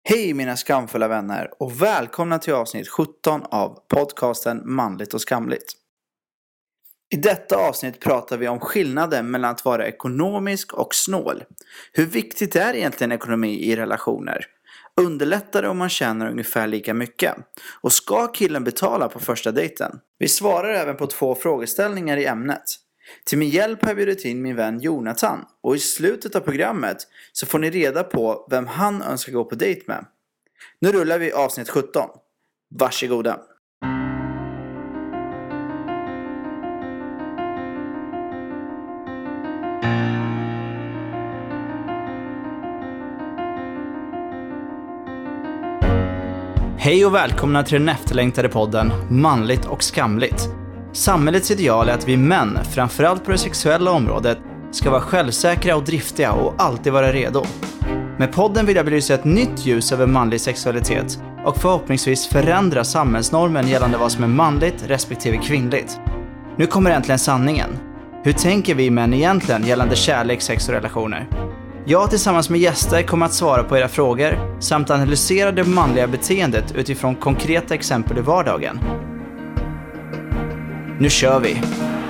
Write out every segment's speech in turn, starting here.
Hej mina skamfulla vänner och välkomna till avsnitt 17 av podcasten Manligt och skamligt. I detta avsnitt pratar vi om skillnaden mellan att vara ekonomisk och snål. Hur viktigt är egentligen ekonomi i relationer? Underlättar det om man tjänar ungefär lika mycket? Och ska killen betala på första dejten? Vi svarar även på 2 frågeställningar i ämnet. Till min hjälp har jag bjudit in min vän Jonathan och i slutet av programmet så får ni reda på vem han önskar gå på dejt med. Nu rullar vi avsnitt 17. Varsågoda. Hej och välkomna till den efterlängtade podden Manligt och skamligt. Samhällets ideal är att vi män, framförallt på det sexuella området, ska vara självsäkra och driftiga och alltid vara redo. Med podden vill jag belysa ett nytt ljus över manlig sexualitet och förhoppningsvis förändra samhällsnormen gällande vad som är manligt respektive kvinnligt. Nu kommer äntligen sanningen. Hur tänker vi män egentligen gällande kärlek, sex och relationer? Jag tillsammans med gäster kommer att svara på era frågor samt analysera det manliga beteendet utifrån konkreta exempel i vardagen. Nu kör vi!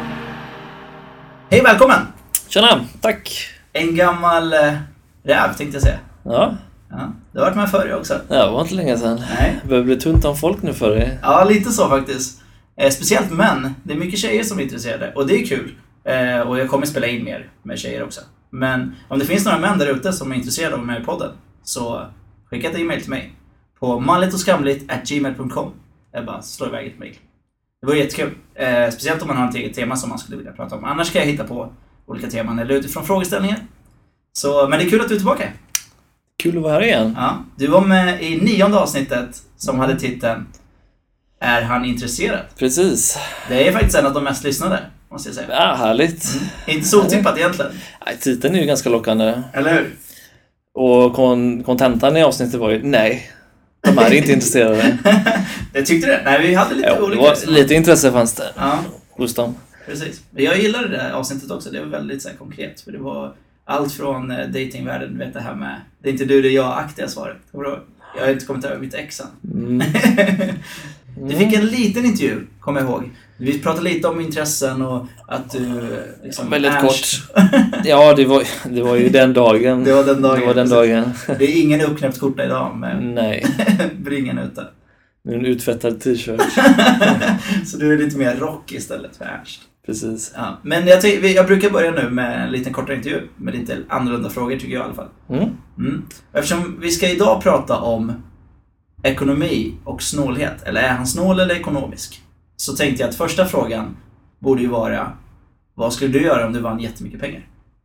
Hej, välkommen! Tjena, tack! En gammal räv tänkte jag säga. Ja. Du har varit med förr också. Ja, det var inte länge sedan. Nej. Det börjar bli tunt om folk nu för dig. Ja, lite så faktiskt. Speciellt män. Det är mycket tjejer som är intresserade. Och det är kul. Och jag kommer spela in mer med tjejer också. Men om det finns några män där ute som är intresserade av mig i podden, så skicka ett e-mail till mig på manlitogskamligt@gmail.com. Jag bara slår iväg ett mail. Det vore jättekul. Speciellt om man har ett eget tema som man skulle vilja prata om. Annars kan jag hitta på olika teman eller utifrån frågeställningar. Så, men det är kul att du är tillbaka. Kul att vara här igen. Ja, du var med i 9:e avsnittet som hade titeln Är han intresserad? Precis. Det är faktiskt en av de mest lyssnade, måste jag säga. Ja, härligt. Inte så otippat egentligen. Nej, titeln är ju ganska lockande. Eller hur? Och kontentan i avsnittet var ju nej. De är inte intresserade. Jag tyckte det. Nej, vi hade lite olika. Lite intresse fanns det. Ja. Hos dem. Precis. Jag gillade det här avsnittet också. Det var väldigt så här konkret. För det var allt från datingvärlden, vet det här med det är inte du, det är jag-aktiga svaret. Jag har inte kommit över mitt ex än. Du fick en liten intervju, kommer jag ihåg. Vi pratade lite om intressen och att du liksom... Väldigt kort. Ja, det var ju den dagen. Det var den dagen. Det är ingen uppknäppt skjorta idag med nej. bringen ute. En utfettad t-shirt. Så du är lite mer rock istället för Ernst. Precis. Ja. Men jag brukar börja nu med en liten kortare intervju med lite annorlunda frågor tycker jag i alla fall. Eftersom vi ska idag prata om ekonomi och snålhet. Eller är han snål eller ekonomisk? Så tänkte jag att första frågan borde ju vara: vad skulle du göra om du vann jättemycket pengar?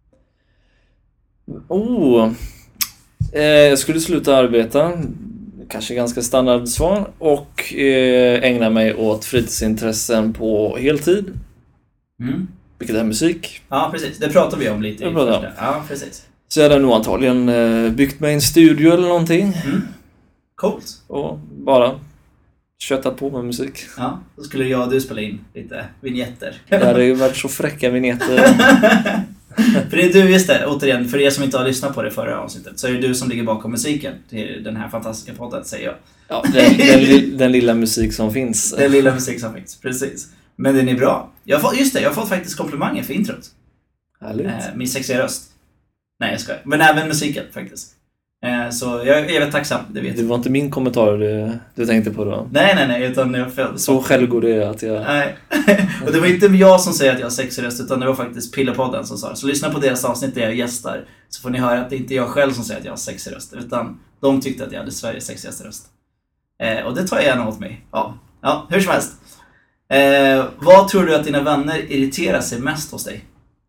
Jag skulle sluta arbeta. Kanske ganska standard svar. Och ägna mig åt fritidsintressen på heltid. Vilket är musik. Ja, precis. Det pratar vi om lite i första. Ja, precis. Så jag hade nog antagligen byggt mig en studio eller någonting. Coolt. Och bara köttat på med musik. Ja, då skulle jag och du spela in lite vignetter. Det hade ju varit så fräcka vignetter. För det är du, just det, återigen, för er som inte har lyssnat på det förra avsnittet, så är det du som ligger bakom musiken till den här fantastiska podden, säger jag. Ja, den lilla musik som finns. Den lilla musik som finns, precis. Men den är bra. Jag har fått faktiskt komplimanger för introt. Härligt. Min sexiga röst. Nej, jag skojar. Men även musiken faktiskt. Så jag är väldigt tacksam, det vet jag. Det var inte min kommentar du tänkte på då? Nej, utan jag följde. Så självgod är jag att jag... Nej, och det var inte jag som säger att jag har sexig röst, utan det var faktiskt Pillerpodden som sa det. Så lyssna på deras avsnitt där jag gästar, så får ni höra att det inte är jag själv som säger att jag har sexig röst, utan de tyckte att jag hade Sveriges sexigaste röst. Och det tar jag gärna åt mig. Ja, hur som helst. Vad tror du att dina vänner irriterar sig mest hos dig?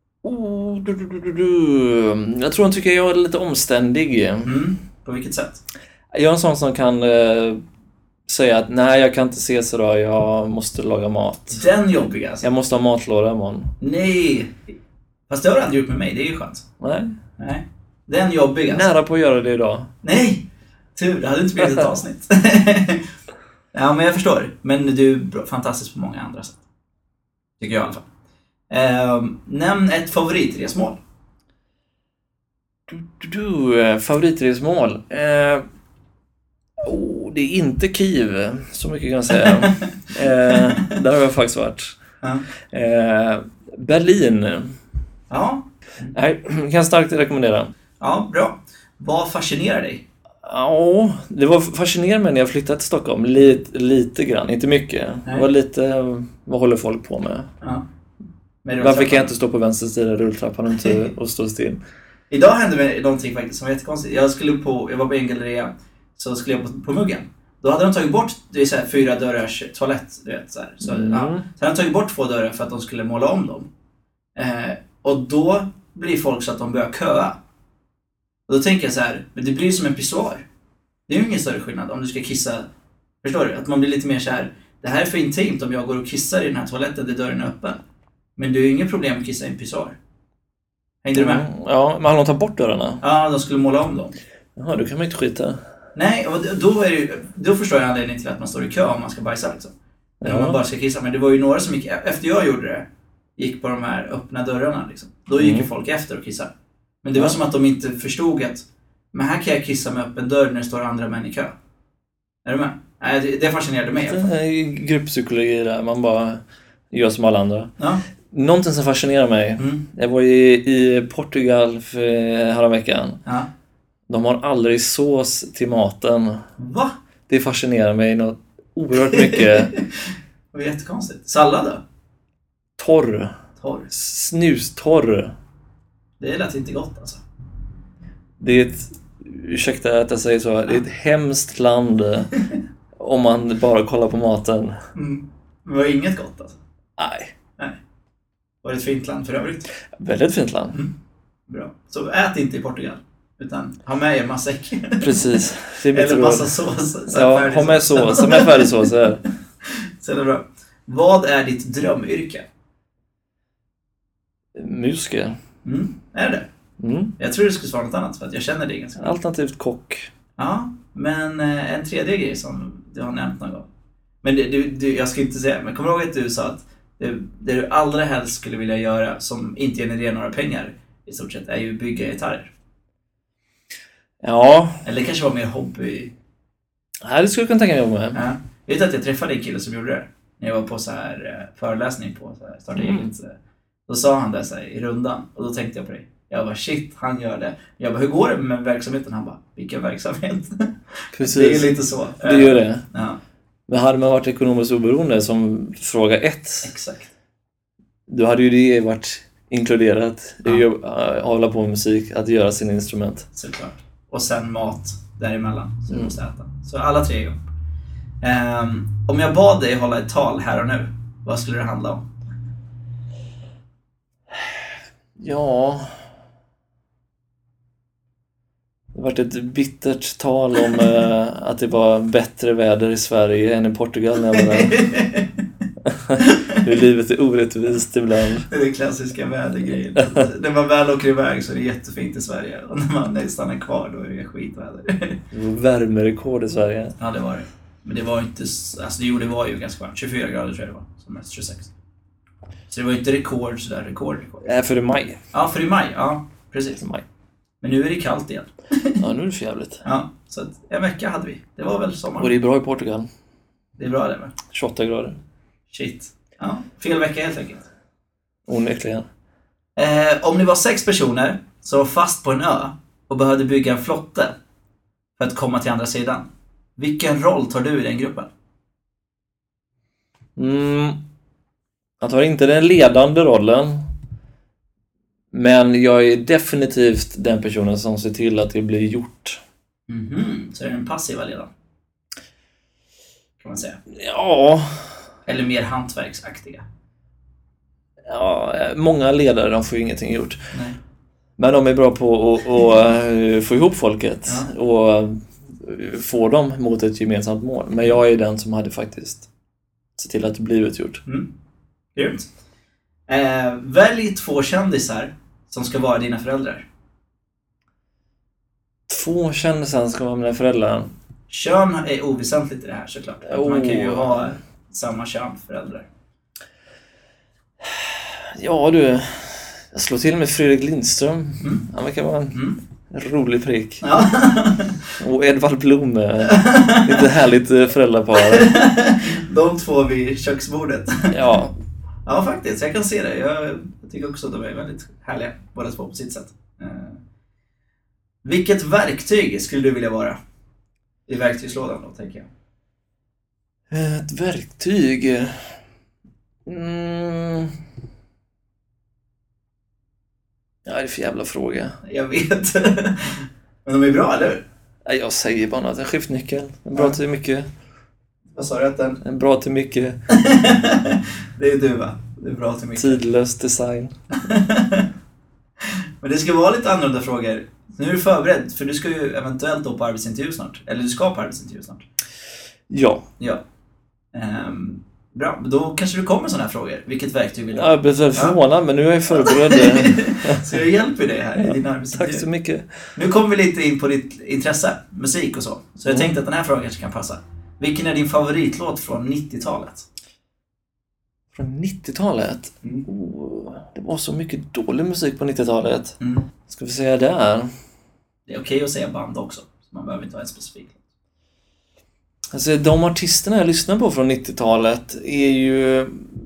Jag tror han tycker jag är lite omständig. På vilket sätt? Jag är en sån som kan säga att nej, jag kan inte ses idag, jag måste laga mat. Den jobbiga alltså. Jag måste ha matlåda imorgon. Nej. Fast det har du aldrig gjort med mig, det är ju skönt. Nej. Den jobbiga. Nära på att göra det idag. Nej. Tur, det hade inte blivit ett avsnitt. Ja, men jag förstår. Men du är fantastisk på många andra sätt. Tycker jag i alla fall. Nämn ett favoritresmål. Favoritresmål. Det är inte Kiev, så mycket kan jag säga. Där har jag faktiskt varit. Berlin. Ja. Nej, kan starkt rekommendera. Ja, bra. Vad fascinerar dig? Ja, det var fascinerande när jag flyttade till Stockholm. Lite grann, inte mycket. Det var lite, vad håller folk på med? Ja. Varför kan jag inte stå på vänster sida rulltrappan och stå still? Idag hände mig någonting faktiskt som var jättekonstigt. Jag var på en galleria, så skulle jag på muggen. Då hade de tagit bort, det är så här 4 dörrars toalett, du vet så här. Så hade de tagit bort 2 dörrar för att de skulle måla om dem. Och då blir folk så att de börjar köa. Och då tänker jag så här, men det blir som en pissoar. Det är ju ingen större skillnad om du ska kissa. Förstår du? Att man blir lite mer så här, det här är för intimt om jag går och kissar i den här toaletten där dörren är öppen. Men det är ju inget problem att kissa i en pissoar. Hängde du med? Ja, men har de tagit bort dörrarna? Ja, de skulle måla om dem. Jaha, då kan man inte skita. Nej, och då förstår jag anledningen till att man står i kö om man ska bajsa liksom. Eller om man bara ska kissa. Men det var ju några som gick, efter jag gjorde det, gick på de här öppna dörrarna liksom. Då gick ju folk efter och kissade. Men det var som att de inte förstod att, men här kan jag kissa med öppen dörr när det står andra män i kö. Är du med? Nej, det fascinerade mig. Det är grupppsykologi där, man bara gör som alla andra. Ja. Någonting som fascinerar mig. Jag var i Portugal för häromveckan. Ja. De har aldrig sås till maten. Va? Det fascinerar mig något oerhört mycket. Det var jättekonstigt. Sallad då? Torr. Snustorr. Det lät inte gott alltså. Det är ursäkta att jag säger så, det är ett hemskt land om man bara kollar på maten. Men det var inget gott alltså? Nej. Var det ett fint land för övrigt? Väldigt fint land. Bra. Så ät inte i Portugal, utan ha med er matsäck. Precis. Det är mitt eller råd. massa sås. Ja, ha med sås. Ha med färdig sås här. Så det är bra. Vad är ditt drömyrke? Musiker. Är det? Jag tror det skulle svara något annat för att jag känner det ganska. Alternativt kock. Ja, men en tredje grej som du har nämnt någon gång. Men jag ska inte säga, men kommer du ihåg att du sa att det du allra helst skulle vilja göra som inte genererar några pengar i stort sett är ju bygga gitarrer. Ja. Eller det kanske var mer hobby. Nej, det skulle jag kunna tänka mig jobba med. Ja. Jag vet att jag träffade en kille som gjorde det. När jag var på så här föreläsning på så här starta eget. Då sa han det så här i rundan. Och då tänkte jag på det. Jag bara shit, han gör det. Jag bara, hur går det med verksamheten? Han bara, vilken verksamhet? Precis. Det är lite så. Det gör det. Ja. Men hade man varit ekonomiskt oberoende som fråga 1. Exakt. Då hade ju det varit inkluderat i att hålla på med musik, att göra sina instrument. Såklart. Och sen mat däremellan som du måste äta. Så alla 3 gånger. Om jag bad dig hålla ett tal här och nu, vad skulle det handla om? Ja... Det har varit ett bittert tal om att det var bättre väder i Sverige än i Portugal när jag var där. Hur livet är orättvist ibland. Det är den klassiska vädergrejen. När man väl åker iväg så är det jättefint i Sverige. Och när man stannar kvar då är det skitväder. Det var värmerekord i Sverige. Ja, det var det. Men det var inte... Alltså det var ju ganska varmt. 24 grader tror jag det var. Som mest 26. Så det var ju inte rekord sådär. Rekord. För i maj. Ja, för i maj. Ja, precis. För maj. Men nu är det kallt igen. Ja, nu är det för jävligt. Ja, så att en vecka hade vi. Det var väl sommar. Och det är bra i Portugal. Det är bra det med. 28 grader. Shit. Ja, fel vecka helt enkelt. Onekligen. Om ni var 6 personer som var fast på en ö och behövde bygga en flotte för att komma till andra sidan. Vilken roll tar du i den gruppen? Jag tar inte den ledande rollen. Men jag är definitivt den personen som ser till att det blir gjort. Så är det den passiva ledaren? Kan man säga. Ja. Eller mer hantverksaktiga? Ja, många ledare de får ju ingenting gjort. Nej. Men de är bra på att få ihop folket. Ja. Och få dem mot ett gemensamt mål. Men jag är den som hade faktiskt sett till att det blivit gjort. Grymt. Välj 2 kändisar som ska vara dina föräldrar. 2 kändisar ska vara mina föräldrar. Kön är oväsentligt i det här såklart. Man kan ju ha samma kön föräldrar. Ja du, jag slår till med Fredrik Lindström. Han verkar vara en Rolig prick. Ja. Och Edvard Blom, lite härligt föräldrapar. De två vid köksbordet. Ja. Ja, faktiskt. Jag kan se det. Jag tycker också att de är väldigt härliga, båda två på sitt sätt. Vilket verktyg skulle du vilja vara i verktygslådan då, tänker jag? Ett verktyg? Ja, det är för jävla fråga. Jag vet. Men de är bra, eller hur? Jag säger bara att en skiftnyckel. En bra till mycket. Vad sa du att den? En bra till mycket. Det är du, va? Det är bra till mycket. Tidlös design. Men det ska vara lite annorlunda frågor. Nu är du förberedd, för du ska ju eventuellt då på arbetsintervju snart. Eller du ska på arbetsintervju snart. Ja. Ja. Bra, då kanske du kommer med sådana här frågor. Vilket verktyg vill du ha? Jag blev förvånad, men nu är jag förberedd. Så jag hjälper dig här i din arbetsintervju. Tack så mycket. Nu kommer vi lite in på ditt intresse, musik och så. Så jag tänkte att den här frågan kanske kan passa. Vilken är din favoritlåt från 90-talet? Från 90-talet? Det var så mycket dålig musik på 90-talet. Ska vi säga där? Det är okej att säga band också. Så man behöver inte ha en specifik. Alltså, de artisterna jag lyssnar på från 90-talet är ju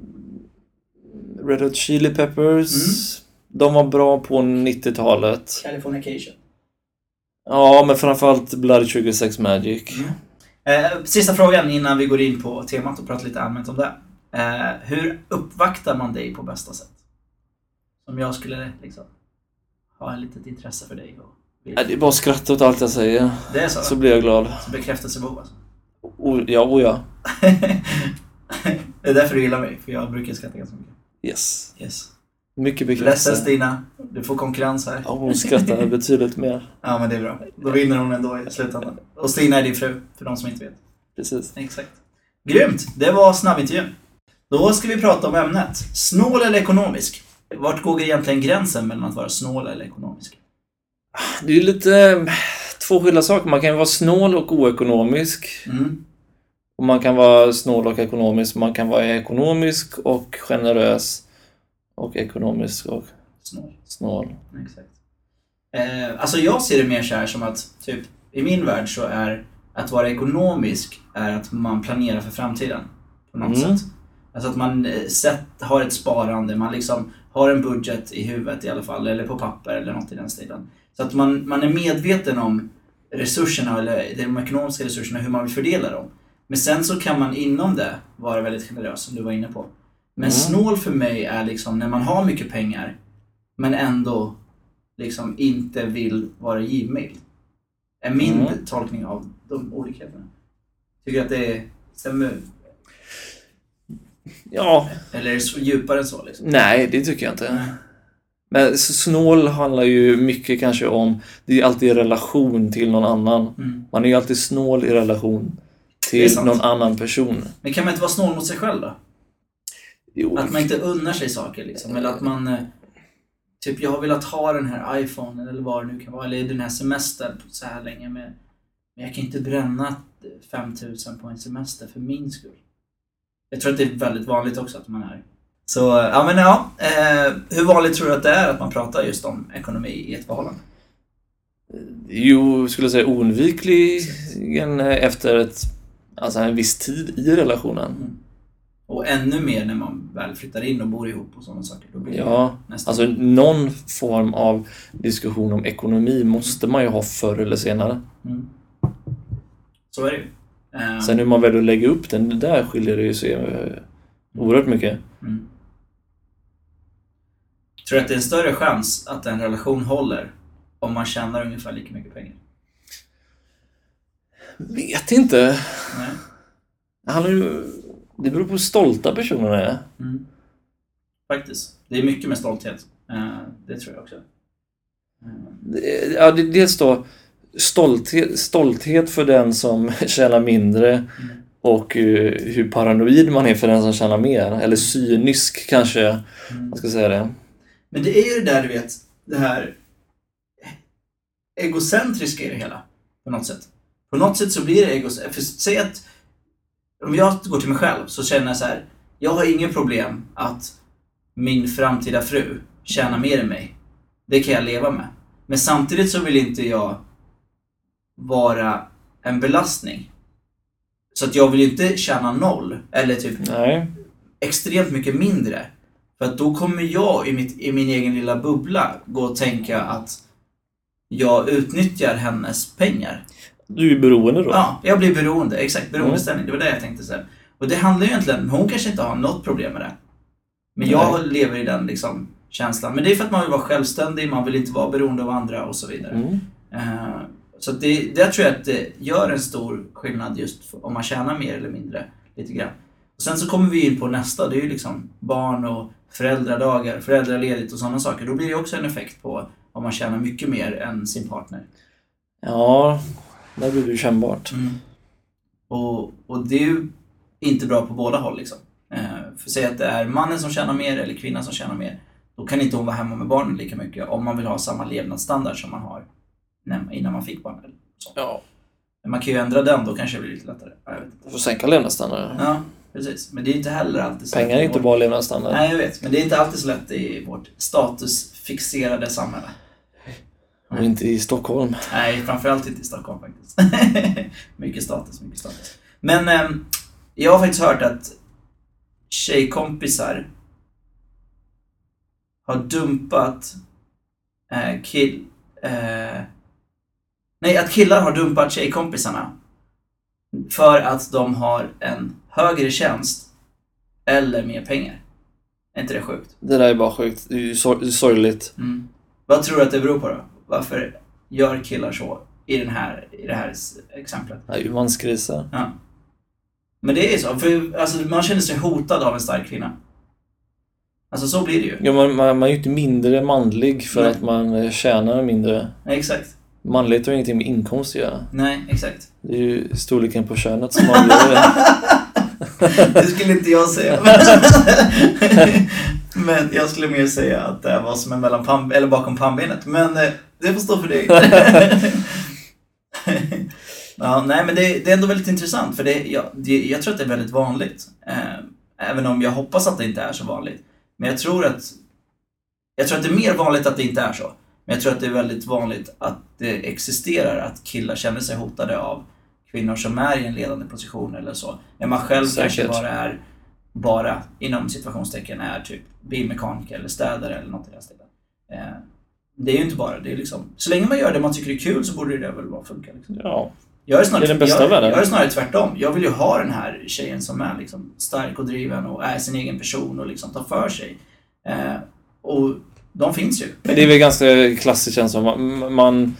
Red Hot Chili Peppers. De var bra på 90-talet. Californication. Ja, men framförallt Blood Sugar Sex Magic. Sista frågan innan vi går in på temat och pratar lite allmänt om det. Hur uppvaktar man dig på bästa sätt? Om jag skulle liksom ha ett litet intresse för dig. Det är bara att skratta åt allt jag säger. Det är så? Så blir jag glad. Så bekräftelsebehov alltså? Ja. Det är därför du gillar mig, för jag brukar skratta ganska mycket. Yes. Mycket bekräftelse. Ledsen Stina, du får konkurrens här. Ja, hon skrattar betydligt mer. Ja, men det är bra. Då vinner hon ändå i slutändan. Och Stina är din fru, för de som inte vet. Precis. Exakt. Grymt, det var snabbintervjun. Då ska vi prata om ämnet. Snål eller ekonomisk? Vart går egentligen gränsen mellan att vara snål eller ekonomisk? Det är ju lite två skilda saker. Man kan vara snål och oekonomisk. Och man kan vara snål och ekonomisk. Man kan vara ekonomisk och generös. Och ekonomisk och snål. Exakt. Alltså jag ser det mer så här som att typ i min värld så är att vara ekonomisk är att man planerar för framtiden på något sätt. Alltså att man har ett sparande, man liksom har en budget i huvudet i alla fall, eller på papper eller något i den stilen. Så att man är medveten om resurserna eller de ekonomiska resurserna, hur man vill fördela dem. Men sen så kan man inom det vara väldigt generös, som du var inne på. Men snål för mig är liksom när man har mycket pengar men ändå liksom inte vill vara givmild. Är min tolkning av de olikheterna. Tycker att det stämmer? Ja. Eller är det så djupare än så liksom? Nej, det tycker jag inte. Men snål handlar ju mycket kanske om, det är alltid i relation till någon annan. Man är ju alltid snål i relation till någon annan person. Men kan man inte vara snål mot sig själv då? Jo. Att man inte unnar sig saker liksom. Eller att man typ, jag har velat ha den här iPhonen eller vad det nu kan vara. Eller den här semestern så här länge. Men jag kan inte bränna 5 000 på en semester för min skull. Jag tror att det är väldigt vanligt också att man är. Så, ja men ja. Hur vanligt tror du att det är att man pratar just om ekonomi i ett förhållande? Jo, skulle jag säga oundvikligen efter en viss tid i relationen. Och ännu mer när man väl flyttar in och bor ihop och sådana saker. Då blir alltså någon form av diskussion om ekonomi måste man ju ha förr eller senare. Så är det ju. Sen hur man väljer att lägga upp den, det där skiljer det ju sig oerhört mycket. Tror du att det är en större chans att en relation håller om man tjänar ungefär lika mycket pengar? Vet inte. Nej. Det beror på hur stolta personerna är. Faktiskt. Det är mycket med stolthet. Det tror jag också. Ja, dels då stolthet för den som tjänar mindre och hur paranoid man är för den som tjänar mer. Eller cynisk kanske, man ska säga det. Men det är ju det där, du vet, det här egocentriska i det hela, på något sätt. På något sätt så blir det egocentriskt. Säg att om jag går till mig själv så känner jag så här: jag har ingen problem att min framtida fru tjänar mer än mig. Det kan jag leva med. Men samtidigt så vill inte jag vara en belastning. Så att jag vill inte tjäna 0 eller typ extremt mycket mindre. För att då kommer jag i min egen lilla bubbla gå och tänka att jag utnyttjar hennes pengar. Du är beroende då? Ja, jag blir beroende. Exakt, beroendeställning. Det var det jag tänkte säga. Och det handlar ju egentligen, hon kanske inte har något problem med det. Men jag lever i den liksom känslan. Men det är för att man vill vara självständig, man vill inte vara beroende av andra och så vidare. Så det tror jag att det gör en stor skillnad just om man tjänar mer eller mindre lite grann. Och sen så kommer vi in på nästa, det är ju liksom barn och föräldradagar, föräldraledigt och sådana saker. Då blir det också en effekt på om man tjänar mycket mer än sin partner. Ja, det blir ju kännbart. Och det är ju inte bra på båda håll liksom. För säg att det är mannen som tjänar mer eller kvinnan som tjänar mer. Då kan inte hon vara hemma med barnen lika mycket om man vill ha samma levnadsstandard som man har innan man fick barn. Eller så. Ja. Men man kan ju ändra den, då kanske det blir lite lättare. Du får sänka levnadsstandarden. Ja, precis. Men det är inte heller alltid så. Pengar är inte bara levnadsstandard. Nej, jag vet. Men det är inte alltid så lätt i vårt statusfixerade samhälle. Och inte i Stockholm. Nej, framförallt inte i Stockholm faktiskt. mycket status. Men jag har faktiskt hört att tjejkompisar har dumpat att killar har dumpat tjejkompisarna för att de har en högre tjänst eller mer pengar. Är inte det sjukt? Det där är bara sjukt. Det är ju sorgligt. Vad tror du att det beror på då? Varför gör killar så i det här exemplet? Det är ju manskriser. Ja. Men det är så. För alltså, man känner sig hotad av en stark kvinna. Alltså så blir det ju. Ja, man är ju inte mindre manlig för att man tjänar mindre. Nej, exakt. Manlighet har ingenting med inkomst att göra. Nej, exakt. Det är ju storleken på könet som avgör det. Det skulle inte jag säga. Men jag skulle mer säga att det är vad som är mellan eller bakom pannbenet. Men det får stå för dig. Ja, nej, men det är ändå väldigt intressant. För jag tror att det är väldigt vanligt. Även om jag hoppas att det inte är så vanligt. Men jag tror att det är mer vanligt att det inte är så. Men jag tror att det är väldigt vanligt att det existerar att killar känner sig hotade av kvinnor som är i en ledande position eller så. När man själv kanske bara inom situationstecken är typ bilmekaniker eller städare eller något i den stilen. Det är ju inte bara, det är liksom, så länge man gör det man tycker är kul så borde det väl bara funka liksom. Ja. Jag är den bästa världen. Jag är snarare tvärtom. Jag vill ju ha den här tjejen som är liksom stark och driven och är sin egen person och liksom tar för sig. Och de finns ju. Men det är väl ganska klassiskt känns som man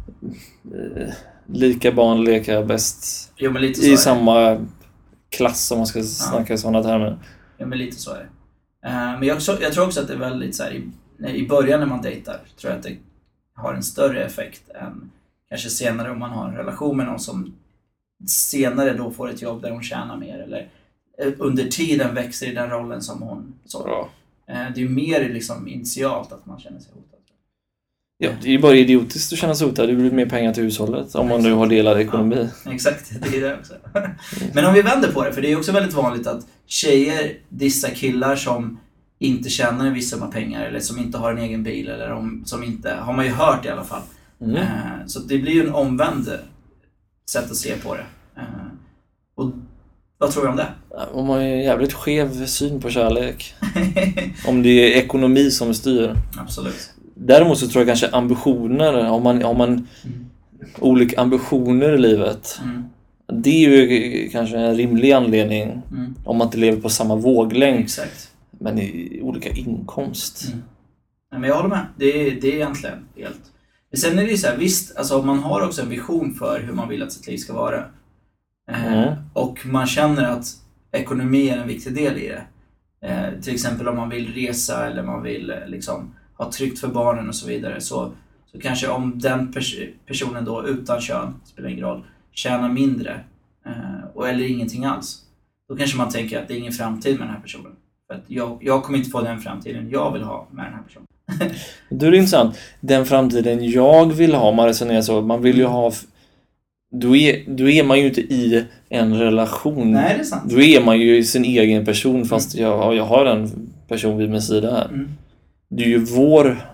lika barn leker bäst. Jo, men lite så i samma klass om man ska snacka i sådana termer. Ja, men lite så är det. Men jag tror också att det är väldigt så här, i början när man dejtar tror jag att det har en större effekt än kanske senare om man har en relation med någon som senare då får ett jobb där hon tjänar mer eller under tiden växer i den rollen som hon så. Bra. Det är ju mer liksom initialt att man känner sig hotad. Ja, det är ju bara idiotiskt att känna sig hotad. Det blir mer pengar till hushållet om man nu har delad ekonomi. Ja, exakt, det är det också. Men om vi vänder på det, för det är också väldigt vanligt att tjejer dissar killar som inte tjänar en viss summa pengar eller som inte har en egen bil eller som inte, har man ju hört i alla fall. Så det blir ju en omvänd sätt att se på det. Och vad tror du om det? Om man har en jävligt skev syn på kärlek. Om det är ekonomi som styr. Absolut. Däremot så tror jag kanske ambitioner, om man olika ambitioner i livet. Det är ju kanske en rimlig anledning om man inte lever på samma våglängd. Exakt. Men i olika inkomst. Men jag håller med. Det är egentligen helt. Men sen är det ju så här, visst, alltså om man har också en vision för hur man vill att sitt liv ska vara. Och man känner att ekonomi är en viktig del i det. Till exempel om man vill resa eller man vill liksom ha tryggt för barnen och så vidare. Så kanske om den personen då utan kön, spelar ingen roll, tjänar mindre eller ingenting alls. Då kanske man tänker att det är ingen framtid med den här personen. För att jag kommer inte få den framtiden jag vill ha med den här personen. Då är det intressant. Den framtiden jag vill ha, man resonerar så. Man vill ju ha... Då är man ju inte i en relation. Nej, det är sant. Då är man ju sin egen person fast jag har en person vid min sida här. Det är ju vår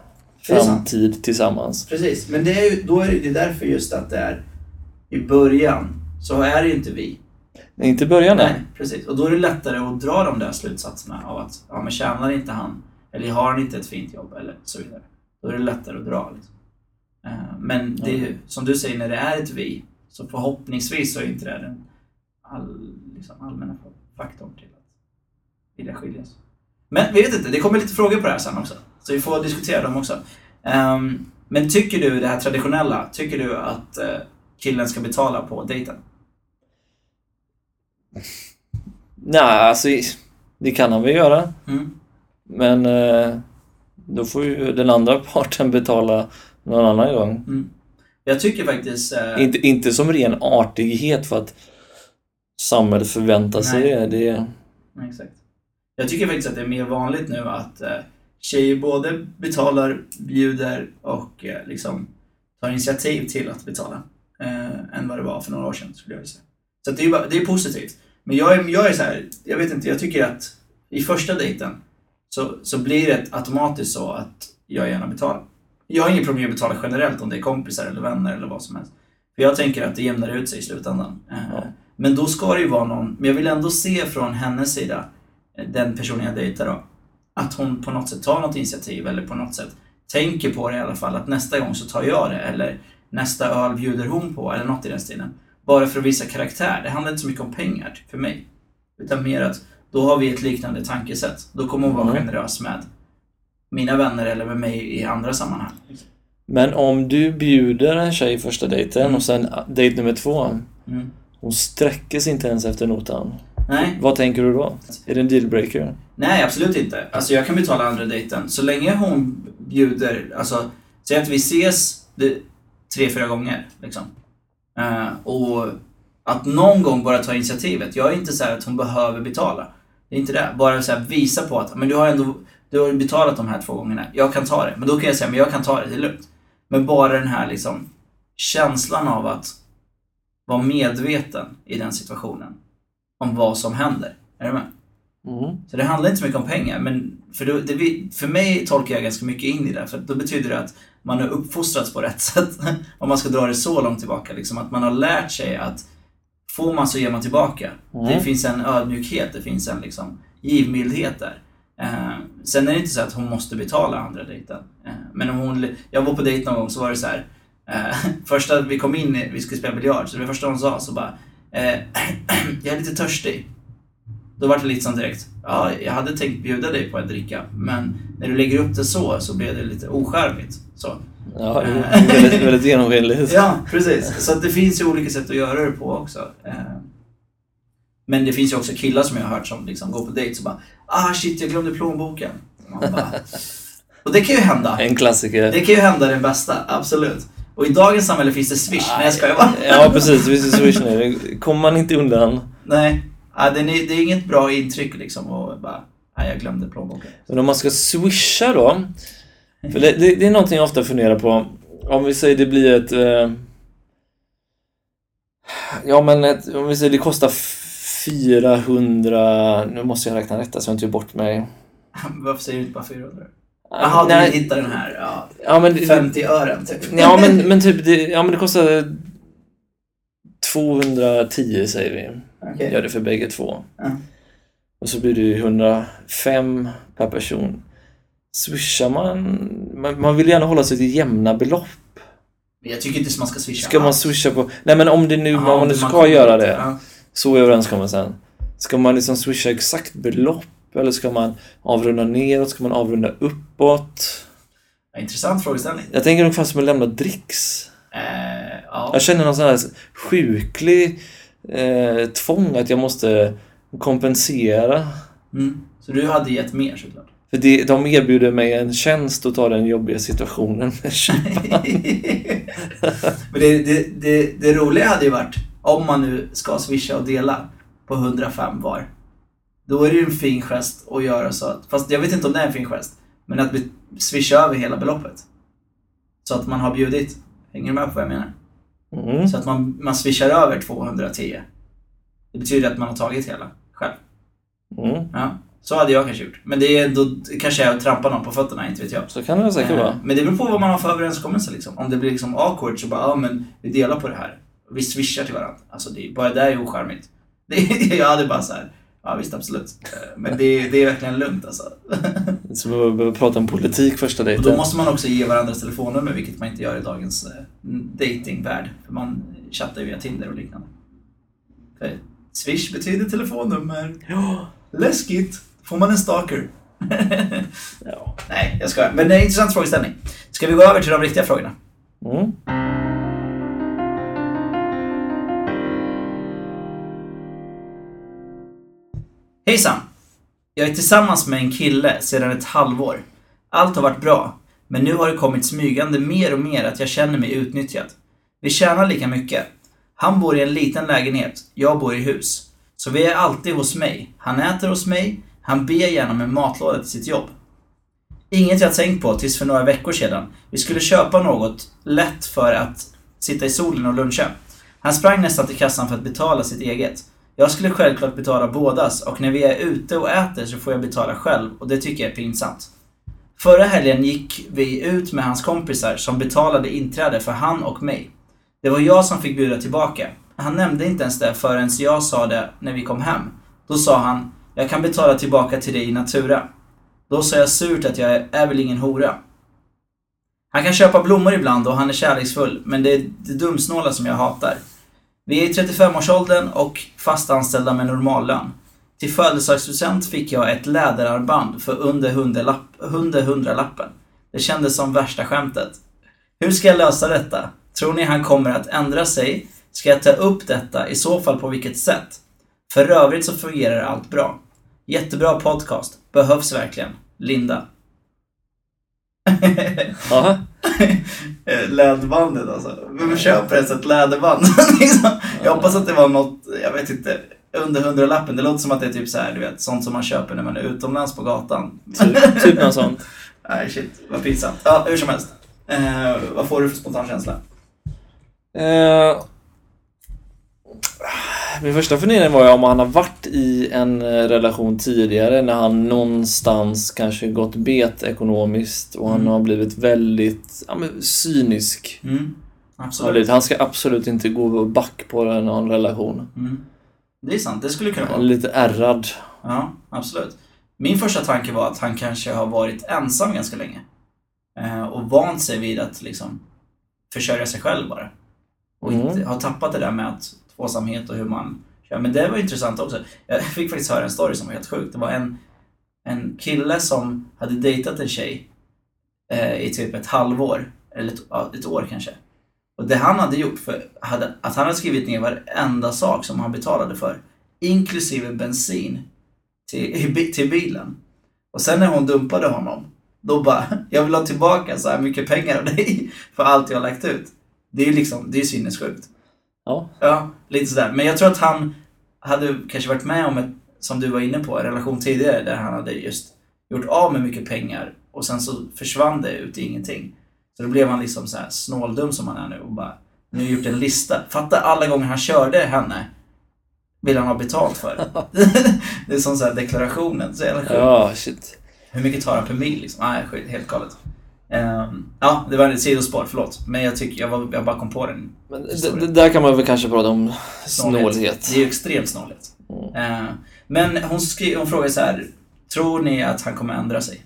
framtid tillsammans. Precis, men det är därför just att det är i början så är det ju inte vi. Nej, inte i början. Nej, precis. Och då är det lättare att dra de där slutsatserna av att men tjänar inte han, eller har han inte ett fint jobb eller så vidare. Då är det lättare att dra liksom. Men det är ju, som du säger, när det är ett vi, så förhoppningsvis så är inte det den allmänna faktorn till att vilja skiljas. Men vi vet inte, det kommer lite frågor på det här sen också. Så vi får diskutera dem också. Men tycker du det här traditionella, tycker du att killen ska betala på dejten? Nej, alltså det kan han väl göra. Men då får ju den andra parten betala någon annan gång. Jag tycker faktiskt... Inte som ren artighet för att samhället förväntar sig det. Nej, exakt. Jag tycker faktiskt att det är mer vanligt nu att tjejer både betalar, bjuder och liksom tar initiativ till att betala än vad det var för några år sedan, skulle jag säga. Så att det är positivt. Men jag är så här, jag vet inte, jag tycker att i första dejten så blir det automatiskt så att jag gärna betalar. Jag har inget problem att betala generellt om det är kompisar eller vänner eller vad som helst. För jag tänker att det jämnar ut sig i slutändan. Men då ska det ju vara någon, men jag vill ändå se från hennes sida, den personen jag dejtar då, att hon på något sätt tar något initiativ eller på något sätt tänker på det i alla fall, att nästa gång så tar jag det, eller nästa öl bjuder hon på, eller något i den stilen. Bara för att visa karaktär. Det handlar inte så mycket om pengar för mig, utan mer att då har vi ett liknande tankesätt. Då kommer hon vara generös med mina vänner eller med mig i andra sammanhang. Men om du bjuder en tjej första dejten och sen dejt nummer 2, hon sträcker sig inte ens efter notan. Nej. Vad tänker du då? Är det en dealbreaker? Nej, absolut inte. Alltså jag kan betala andra dejten. Så länge hon bjuder, alltså säg att vi ses 3-4 gånger liksom. Och att någon gång bara ta initiativet. Jag är inte så här att hon behöver betala. Det är inte det. Bara så här visa på att men du har betalat de här 2 gångerna. Jag kan ta det. Men då kan jag säga men jag kan ta det, det är lugnt. Men bara den här liksom känslan av att vara medveten i den situationen om vad som händer. Är du med? Så det handlar inte så mycket om pengar, men för mig tolkar jag ganska mycket in i det, för då betyder det att man har uppfostrats på rätt sätt. Om man ska dra det så långt tillbaka liksom, att man har lärt sig att får man så ger man tillbaka. Det finns en ödmjukhet, det finns en liksom givmildhet där. Sen är det inte så att hon måste betala andra dejten. Men om jag var på dejt någon gång, så var det så här. Första vi kom in, vi skulle spela biljard, så det första hon sa så bara jag är lite törstig. Då var det lite som direkt, ja, jag hade tänkt bjuda dig på att dricka, men när du lägger upp det så blev det lite oskärmigt. Så. Ja, väldigt, väldigt genomskinligt. Ja, precis. Så att det finns ju olika sätt att göra det på också. Men det finns ju också killar som jag har hört som liksom går på dejt så bara, shit, jag glömde plånboken. Och det kan ju hända. En klassiker. Det kan ju hända den bästa, absolut. Och i dagens samhälle finns det Swish. Nej, jag skojar bara. Ja, precis. Det finns Swish nu. Kommer man inte undan. Nej. Det är inget bra intryck liksom. Och bara, jag glömde plånboken. Men om man ska swisha då. För det är någonting jag ofta funderar på. Om vi säger det blir ett... om vi säger det kostar 400... Nu måste jag räkna rätt så jag inte gör bort mig. Varför säger du inte bara 400? Jaha, du hittar den här. Ja, men 50 ören typ. Ja, men typ det kostar 210 säger vi. Okay. Gör det för bägge två. Och så blir det 105 per person. Swishar man vill gärna hålla sig till jämna belopp. Jag tycker inte att man ska swisha. Ska man swisha på... Nej, men om man nu ska göra det. Så är överenskommelsen. Ska man liksom swisha exakt belopp? Eller ska man avrunda neråt? Ska man avrunda uppåt? Intressant frågeställning. Jag tänker ungefär som att lämna dricks. Ja. Jag känner någon sån här sjuklig tvång att jag måste kompensera. Så du hade gett mer såklart? För de erbjuder mig en tjänst att ta den jobbiga situationen med köpa. Men det roliga hade ju varit om man nu ska swisha och dela på 105 var. Då är det ju en fin gest att göra så att, fast jag vet inte om det är en fin gest, men att swisha över hela beloppet. Så att man har bjudit. Hänger du med på vad jag menar? Så att man swishar över 210. Det betyder att man har tagit hela själv. Ja. Så hade jag kanske gjort. Men det är då kanske jag trampar någon på fötterna, inte vet jag. Så kan det säkert vara. Men det beror på vad man har för överenskommelse liksom. Om det blir liksom awkward så bara, men vi delar på det här. Vi swishar till varandra. Alltså bara det är ocharmigt. Jag hade bara så här, ja visst absolut. Men det är verkligen lugnt alltså. Så vi behöver prata om politik första dejten. Och då måste man också ge varandras telefonnummer, vilket man inte gör i dagens datingvärld. För man chattar ju via Tinder och liknande. För Swish betyder telefonnummer. Ja. Läskigt. Får man en stalker? Ja. Nej, jag ska. Men det är en intressant frågeställning. Ska vi gå över till de riktiga frågorna? Mm. Hejsan! Jag är tillsammans med en kille sedan ett halvår. Allt har varit bra, men nu har det kommit smygande mer och mer att jag känner mig utnyttjad. Vi tjänar lika mycket. Han bor i en liten lägenhet, jag bor i hus. Så vi är alltid hos mig. Han äter hos mig, han ber gärna med matlåda till sitt jobb. Inget jag tänkt på tills för några veckor sedan. Vi skulle köpa något lätt för att sitta i solen och luncha. Han sprang nästan till kassan för att betala sitt eget. Jag skulle självklart betala bådas och när vi är ute och äter så får jag betala själv och det tycker jag är pinsamt. Förra helgen gick vi ut med hans kompisar som betalade inträde för han och mig. Det var jag som fick bjuda tillbaka. Han nämnde inte ens det förrän jag sa det när vi kom hem. Då sa han, jag kan betala tillbaka till dig i natura. Då sa jag surt att jag är väl ingen hora. Han kan köpa blommor ibland och han är kärleksfull, men det är det dumsnåla som jag hatar. Vi är i 35-årsåldern och fast anställda med normallön. Till födelsedagspresent fick jag ett läderarmband för under 100-lappen. Det kändes som värsta skämtet. Hur ska jag lösa detta? Tror ni han kommer att ändra sig? Ska jag ta upp detta? I så fall på vilket sätt? För övrigt så fungerar allt bra. Jättebra podcast. Behövs verkligen. Linda. Aha. Läderbandet alltså. Vem köper ens ett läderband? Jag hoppas att det var något, jag vet inte, under 100-lappen. Det låter som att det är typ så här, du vet, sånt som man köper när man är utomlands på gatan. Typ något sånt. Nej, shit, vad pinsamt. Ja, hur som helst. Vad får du för spontan känsla? Min första fundering var ju om han har varit i en relation tidigare när han någonstans kanske gått bet ekonomiskt och han har blivit väldigt cynisk. Absolut. Han ska absolut inte gå back på någon relation. Det är sant, det skulle kunna vara. Lite ärrad. Ja, absolut. Min första tanke var att han kanske har varit ensam ganska länge. Och vant sig vid att liksom försörja sig själv bara. Och inte har tappat det där med att tvåsamhet och hur man kör. Men det var intressant också. Jag fick faktiskt höra en story som var helt sjukt. Det var en kille som hade dejtat en tjej i typ ett halvår. Eller ett år kanske. Och det han hade gjort att han hade skrivit ner varenda sak som han betalade för. Inklusive bensin till bilen. Och sen när hon dumpade honom, då bara, jag vill ha tillbaka så här mycket pengar av dig för allt jag har lagt ut. Det är liksom, det är sinnessjukt. Ja, lite sådär. Men jag tror att han hade kanske varit med om som du var inne på, en relation tidigare där han hade just gjort av med mycket pengar och sen så försvann det ut i ingenting. Så då blev han liksom så här snåldum som han är nu och bara, nu har gjort en lista. Fatta alla gånger han körde henne vill han ha betalt för. Det är som så här deklarationen. Så jävla sjukt. Ja, shit. Hur mycket tar han per mil liksom? Nej, helt galet. Ja, det var en sidospår, förlåt. Men jag tycker jag bara kom på den. Men där kan man väl kanske prata om snålhet. Det är ju extremt snålhet. Men hon frågar så här, tror ni att han kommer ändra sig?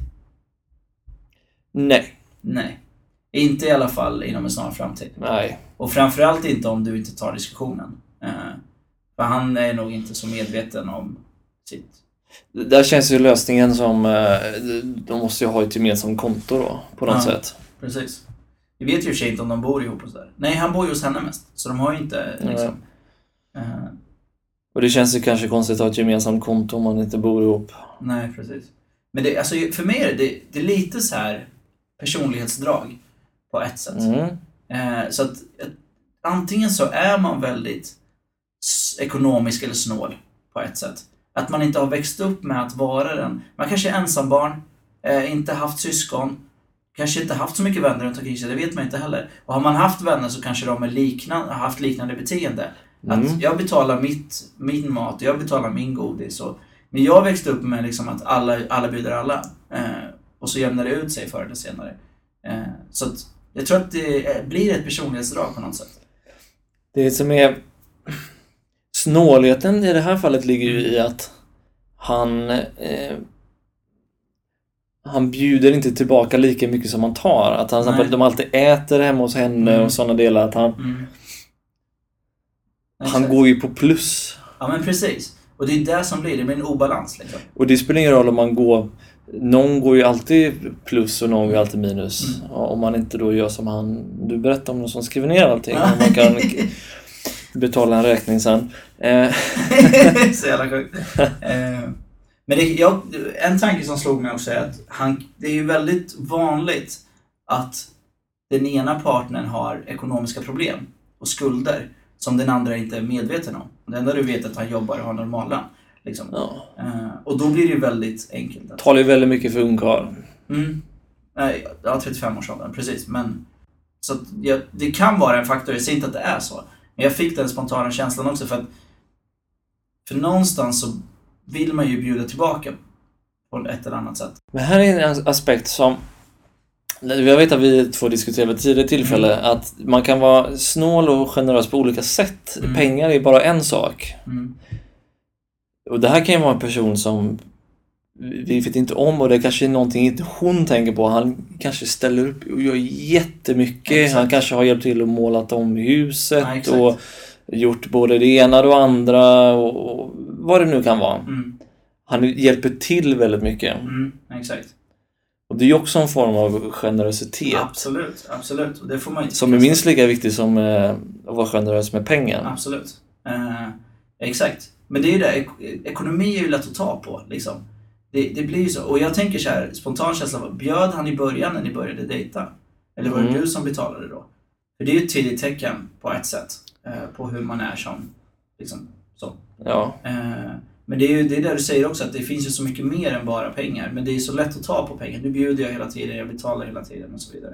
Nej. Inte i alla fall inom en snar framtid. Nej. Och framförallt inte om du inte tar diskussionen. För han är nog inte så medveten om sitt. Där känns ju lösningen som de måste ju ha ett gemensamt konto då på något sätt. Precis. Vi vet ju inte om de bor ihop och sådär. Nej, han bor ju hos henne mest. Så de har ju inte liksom. Och det känns ju kanske konstigt att ha ett gemensamt konto om man inte bor ihop. Nej, precis. Men det, alltså, för mig är det är lite så här personlighetsdrag på ett sätt. Så att antingen så är man väldigt ekonomisk eller snål på ett sätt. Att man inte har växt upp med att vara den. Man kanske är ensambarn, inte haft syskon, kanske inte haft så mycket vänner runt omkring sig, det vet man inte heller. Och har man haft vänner så kanske de har haft liknande beteende. Att jag betalar min mat, jag betalar min godis och Men jag växte upp med liksom att alla bjuder alla. Och så jämnar det ut sig förr eller senare. Så att jag tror att det blir ett personlighetsdrag på något sätt. Det som är snålheten i det här fallet ligger ju i att han bjuder inte tillbaka lika mycket som han tar. Att de alltid äter hemma hos henne och sådana delar. Att han går ju på plus. Ja, men precis. Och det är det som blir en obalans. Liksom. Och det spelar ingen roll om man går... Någon går ju alltid plus och någon går alltid minus. Om man inte då gör som han... Du berättar om någon som skriver ner allting. Och man kan betala en räkning sen. Så jävla sjukt. Men en tanke som slog mig också är att det är ju väldigt vanligt att den ena partnern har ekonomiska problem och skulder som den andra inte är medveten om. Det enda du vet är att han jobbar och har normala. Liksom. Ja. Och då blir det ju väldigt enkelt. Talar ju väldigt mycket för ungkarl. Ja, 35-årsåldern, precis. Men, så att, det kan vara en faktor, jag säger inte att det är så. Men jag fick den spontana känslan också för någonstans så vill man ju bjuda tillbaka på ett eller annat sätt. Men här är en aspekt som jag vet att vi två diskuterade tidigare tillfälle att man kan vara snål och generös på olika sätt. Pengar är bara en sak. Och det här kan ju vara en person som vi vet inte om och det kanske är någonting inte hon tänker på. Han kanske ställer upp och gör jättemycket. Exakt. Han kanske har hjälpt till att målat om huset och gjort både det ena och det andra och vad det nu kan vara. Han hjälper till väldigt mycket. Exakt. Och det är ju också en form av generositet. Absolut. Och det får man inte som är minst lika viktigt som att vara generös med pengar. Absolut. Exakt. Men det är ju det, ekonomi är ju lätt att ta på liksom. Det blir ju så. Och jag tänker så här, spontan känsla, bjöd han i början när ni började dejta? Eller var det du som betalade då? För det är ju ett tydligt tecken på ett sätt på hur man är som liksom så. Ja. Men det är där du säger också att det finns ju så mycket mer än bara pengar. Men det är så lätt att ta på pengar. Nu bjuder jag hela tiden, jag betalar hela tiden och så vidare.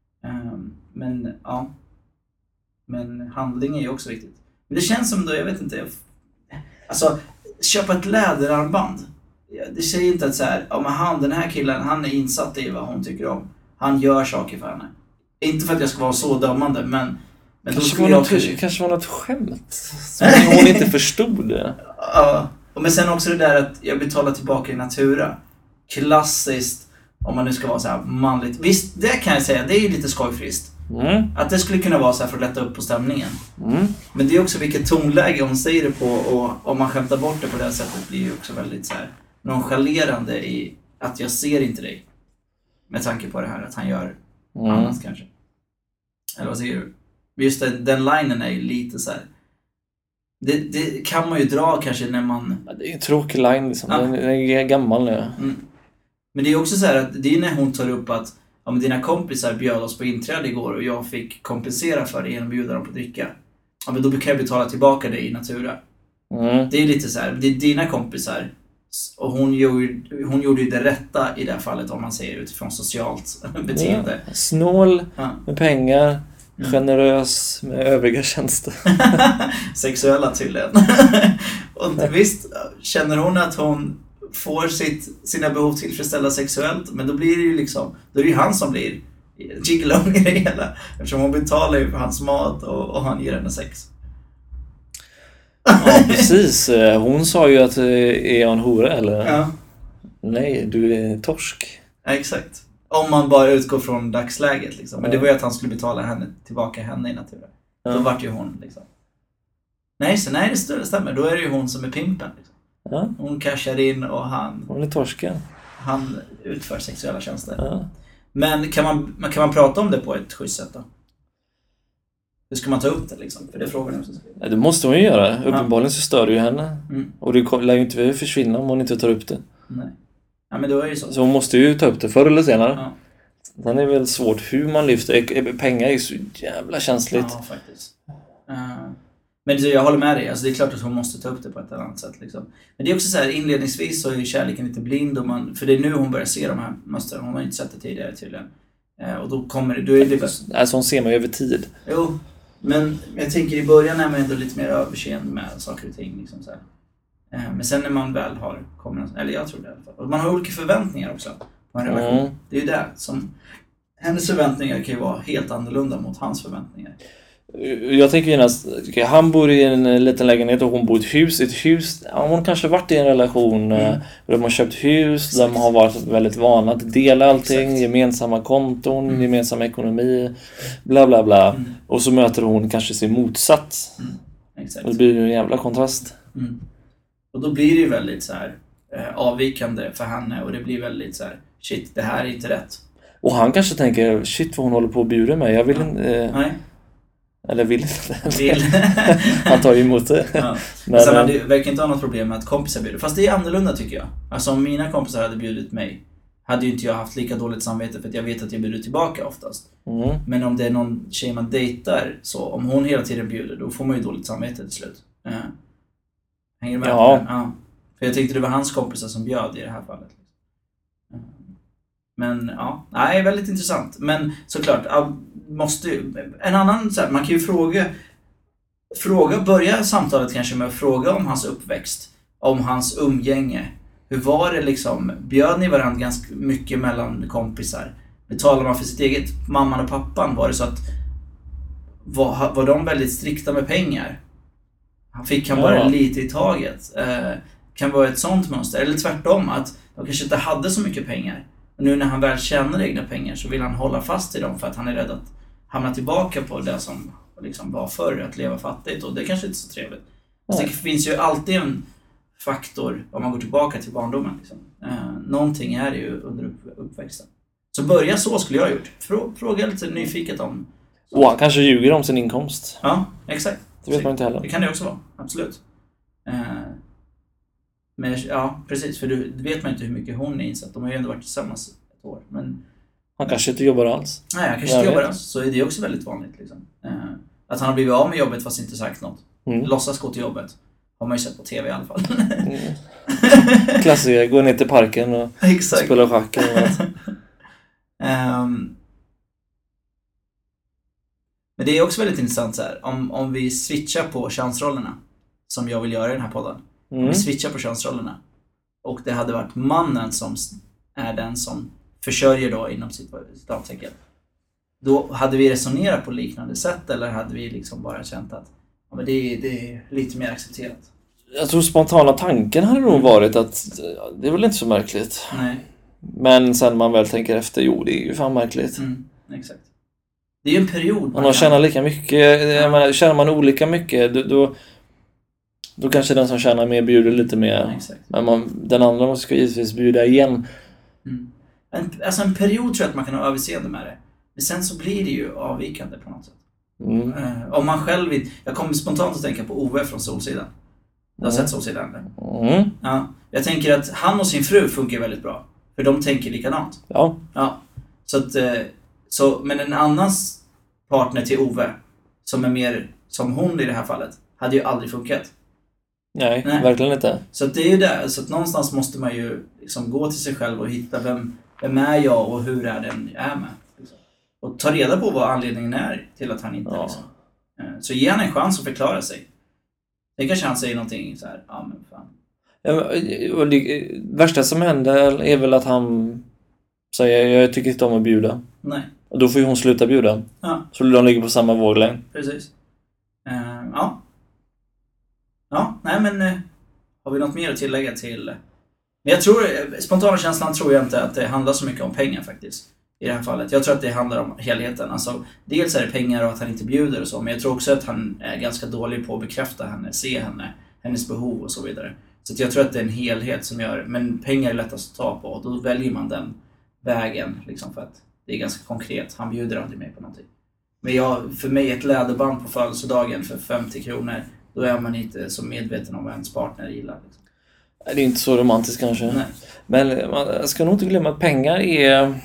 Men handling är ju också viktigt. Men det känns som då, jag vet inte. Alltså, köpa ett läderarmband. Det säger inte att så här, men den här killen, han är insatt i vad hon tycker om. Han gör saker för henne. Inte för att jag ska vara så dömande, men kanske var något skämt som hon inte förstod det. Ja, men sen också det där att jag betalar tillbaka i natura. Klassiskt, om man nu ska vara så här manligt. Visst, det kan jag säga, det är ju lite skojfrist. Att det skulle kunna vara så här för att lätta upp på stämningen. Men det är också vilket tonläge hon säger det på. Och om man skämtar bort det på det här sättet blir ju också väldigt så här nonchalerande i att jag ser inte dig. Med tanke på det här att han gör annat kanske. Eller vad säger du? Just den linen är ju lite så här. Det kan man ju dra kanske när man... Ja, det är en tråkig line liksom. Ja. Den är gammal nu. Men det är också så här att det är när hon tar upp att men dina kompisar bjöd oss på inträde igår och jag fick kompensera för det genom att bjuda dem på dricka. Ja, men då kan jag betala tillbaka det i natura. Det är lite så här, det är dina kompisar och hon gjorde ju det rätta i det här fallet om man säger utifrån socialt beteende. Ja. Snål med pengar, generös med övriga tjänster. Sexuella tydligen. Och visst, känner hon att hon får sina behov tillfredsställa sexuellt, men då blir det ju liksom, då är det ju han som blir gigolo i det hela, eftersom hon betalar ju för hans mat och han ger henne sex. Ja, precis. Hon sa ju att är jag en hora eller? Ja. Nej, du är torsk. Ja, exakt. Om man bara utgår från dagsläget liksom. Men det var ju att han skulle betala tillbaka henne i naturen. Då vart ju hon liksom. Nej, det stämmer. Då är det ju hon som är pimpen liksom. Ja. Hon cashar in och hon är torsken. Han utför sexuella tjänster. Ja. Men kan man prata om det på ett schysst sätt då? Hur ska man ta upp det liksom? För det är frågan också. Ja, det måste hon ju göra. Uppenbarligen så stör det ju henne. Och det lär ju inte försvinna om hon inte tar upp det. Nej. Ja, men då är det ju så. Så hon måste ju ta upp det förr eller senare. Ja. Sen är det väl svårt hur man lyfter. Pengar är så jävla känsligt. Ja, faktiskt. Men jag håller med dig. Alltså, det är klart att hon måste ta upp det på ett annat sätt. Liksom. Men det är också så här, inledningsvis så är ju kärleken lite blind. För det är nu hon börjar se de här mönstren. Hon har inte sett det tidigare tydligen. Och då kommer det... Då är det alltså hon ser man över tid. Jo, men jag tänker i början är man ändå lite mer överseende med saker och ting. Liksom, så här. Men sen när man väl har kommit, eller jag tror det i alla fall. Och man har olika förväntningar också på en relation. Det är ju det som, hennes förväntningar kan ju vara helt annorlunda mot hans förväntningar. Jag tänker genast, han bor i en liten lägenhet och hon bor i ett hus. Ja, hon kanske varit i en relation där de har köpt hus, där de har varit väldigt vana att dela allting, gemensamma konton, gemensam ekonomi, bla bla bla. Och så möter hon kanske sin motsats. Exakt. Och det blir en jävla kontrast. Och då blir det ju väldigt så här avvikande för henne, och det blir väldigt så här, shit, det här är inte rätt. Och han kanske tänker, shit vad hon håller på att bjuda mig. Jag vill inte... Nej. Eller vill inte. Han tar ju emot det. Ja. Men sen hade verkar inte ha något problem med att kompisar bjuder. Fast det är annorlunda tycker jag. Alltså om mina kompisar hade bjudit mig, hade ju inte jag haft lika dåligt samvete, för att jag vet att jag bjuder tillbaka oftast. Men om det är någon tjej man dejtar, så om hon hela tiden bjuder, då får man ju dåligt samvete till slut. Hänger du med? Ja. För jag tänkte det var hans kompisar som bjöd i det här fallet. Men ja, nej, väldigt intressant. Men såklart, en annan så här, man kan ju börja samtalet kanske med att fråga om hans uppväxt, om hans umgänge. Hur var det liksom? Bjöd ni varandra ganska mycket mellan kompisar? Betalar man för sitt eget, mamman och pappan? Var det så att var de väldigt strikta med pengar? Fick han bara lite i taget? Kan vara ett sånt mönster. Eller tvärtom, att de kanske inte hade så mycket pengar. Och nu när han väl tjänar egna pengar så vill han hålla fast i dem, för att han är rädd att hamna tillbaka på det som liksom var förr, att leva fattigt. Och det kanske inte är så trevligt. Så det finns ju alltid en faktor om man går tillbaka till barndomen. Liksom. Någonting är det ju under uppväxten. Så börja så skulle jag ha gjort. Fråga lite nyfiket om... Och han kanske ljuger om sin inkomst. Ja, exakt. Det vet man inte heller. Det kan det också vara, absolut. Men ja, precis. För du vet man inte hur mycket hon är insatt. De har ju ändå varit tillsammans ett år. Men... Han kanske inte jobbar alls. Nej, han kanske inte jobbar alls. Så är det också väldigt vanligt. Liksom. Att han har blivit av med jobbet fast inte sagt något. Låtsas gå till jobbet. Har man ju sett på tv i alla fall. Klassiker, gå ner till parken och spela schack och allt. Men det är också väldigt intressant så här, om vi switchar på könsrollerna, som jag vill göra i den här podden. Om vi switchar på könsrollerna, och det hade varit mannen som är den som försörjer då inom citattecken. Då hade vi resonerat på liknande sätt, eller hade vi liksom bara känt att ja, men det är lite mer accepterat? Jag tror spontana tanken hade nog varit att det är väl inte så märkligt. Nej. Men sen man väl tänker efter, jo, det är ju fan märkligt. Exakt. Det är ju en period. Om man tjänar lika mycket, tjänar man olika mycket, då kanske den som tjänar mer bjuder lite mer. Exakt. Men den andra måste givetvis bjuda igen. En period tror jag att man kan ha överseende med det. Men sen så blir det ju avvikande på något sätt. Om man själv vill... Jag kommer spontant att tänka på Ove från Solsidan. Du har sett Solsidan? Ja. Jag tänker att han och sin fru funkar väldigt bra. För de tänker likadant. Ja. Men en annans partner till Ove, som är mer som hon i det här fallet, hade ju aldrig funkat. Nej. Verkligen inte. Så det är ju det. Så att någonstans måste man ju liksom gå till sig själv och hitta vem är jag och hur är den jag är med. Liksom. Och ta reda på vad anledningen är till att han inte liksom. Så ge han en chans att förklara sig. Det kanske han säger någonting så här, ja men fan. Och det värsta som händer är väl att han säger, jag tycker inte om att bjuda. Nej. Och då får ju hon sluta bjuda. Ja. Så de ligger på samma våglängd. Precis. Ja, nej men har vi något mer att tillägga till? Men jag tror, spontana känslan tror jag inte att det handlar så mycket om pengar faktiskt. I det här fallet. Jag tror att det handlar om helheten. Alltså, dels är det pengar och att han inte bjuder och så. Men jag tror också att han är ganska dålig på att bekräfta henne, se henne, hennes behov och så vidare. Så att jag tror att det är en helhet som gör... Men pengar är lättast att ta på. Och då väljer man den vägen. Liksom, för att det är ganska konkret. Han bjuder aldrig mig på någonting. Men för mig ett läderband på födelsedagen för 50 kronor. Då är man inte så medveten om vad ens partner gillar. Liksom. Det är inte så romantiskt kanske. Nej. Men man ska nog inte glömma att pengar är...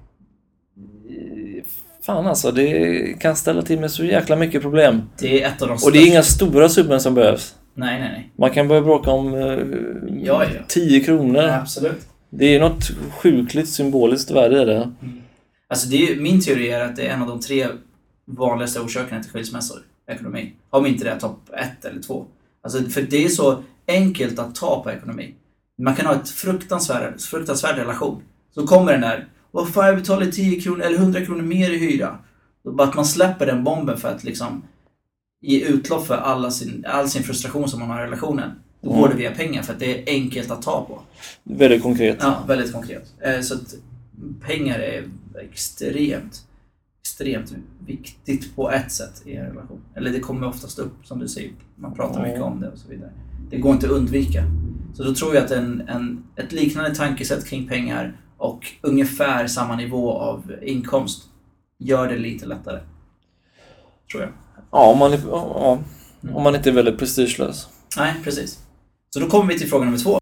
Fan alltså, det kan ställa till med så jäkla mycket problem. Det är ett av de största. Och det är inga stora summor som behövs. Nej. Man kan börja bråka om 10 kronor. Ja, absolut. Det är något sjukligt symboliskt värde i det. Alltså min teori är att det är en av de 3 vanligaste orsakerna till skilsmässor. Ekonomi. Om inte det är topp 1 eller 2. Alltså för det är så, enkelt att ta på ekonomi. Man kan ha ett fruktansvärd relation. Så kommer den där, vad fan, jag betalar 10 kronor eller 100 kronor mer i hyra. Bara att man släpper den bomben för att liksom ge utlopp för all sin frustration som man har i relationen. Då går det via pengar för att det är enkelt att ta på. Väldigt konkret. Ja, väldigt konkret. Så att pengar är extremt viktigt på ett sätt i en relation. Eller det kommer oftast upp, som du säger. Man pratar mycket om det och så vidare. Det går inte att undvika. Så då tror jag att ett liknande tankesätt kring pengar och ungefär samma nivå av inkomst gör det lite lättare. Tror jag. Ja, om man inte är väldigt prestigelös. Nej, precis. Så då kommer vi till fråga nummer 2.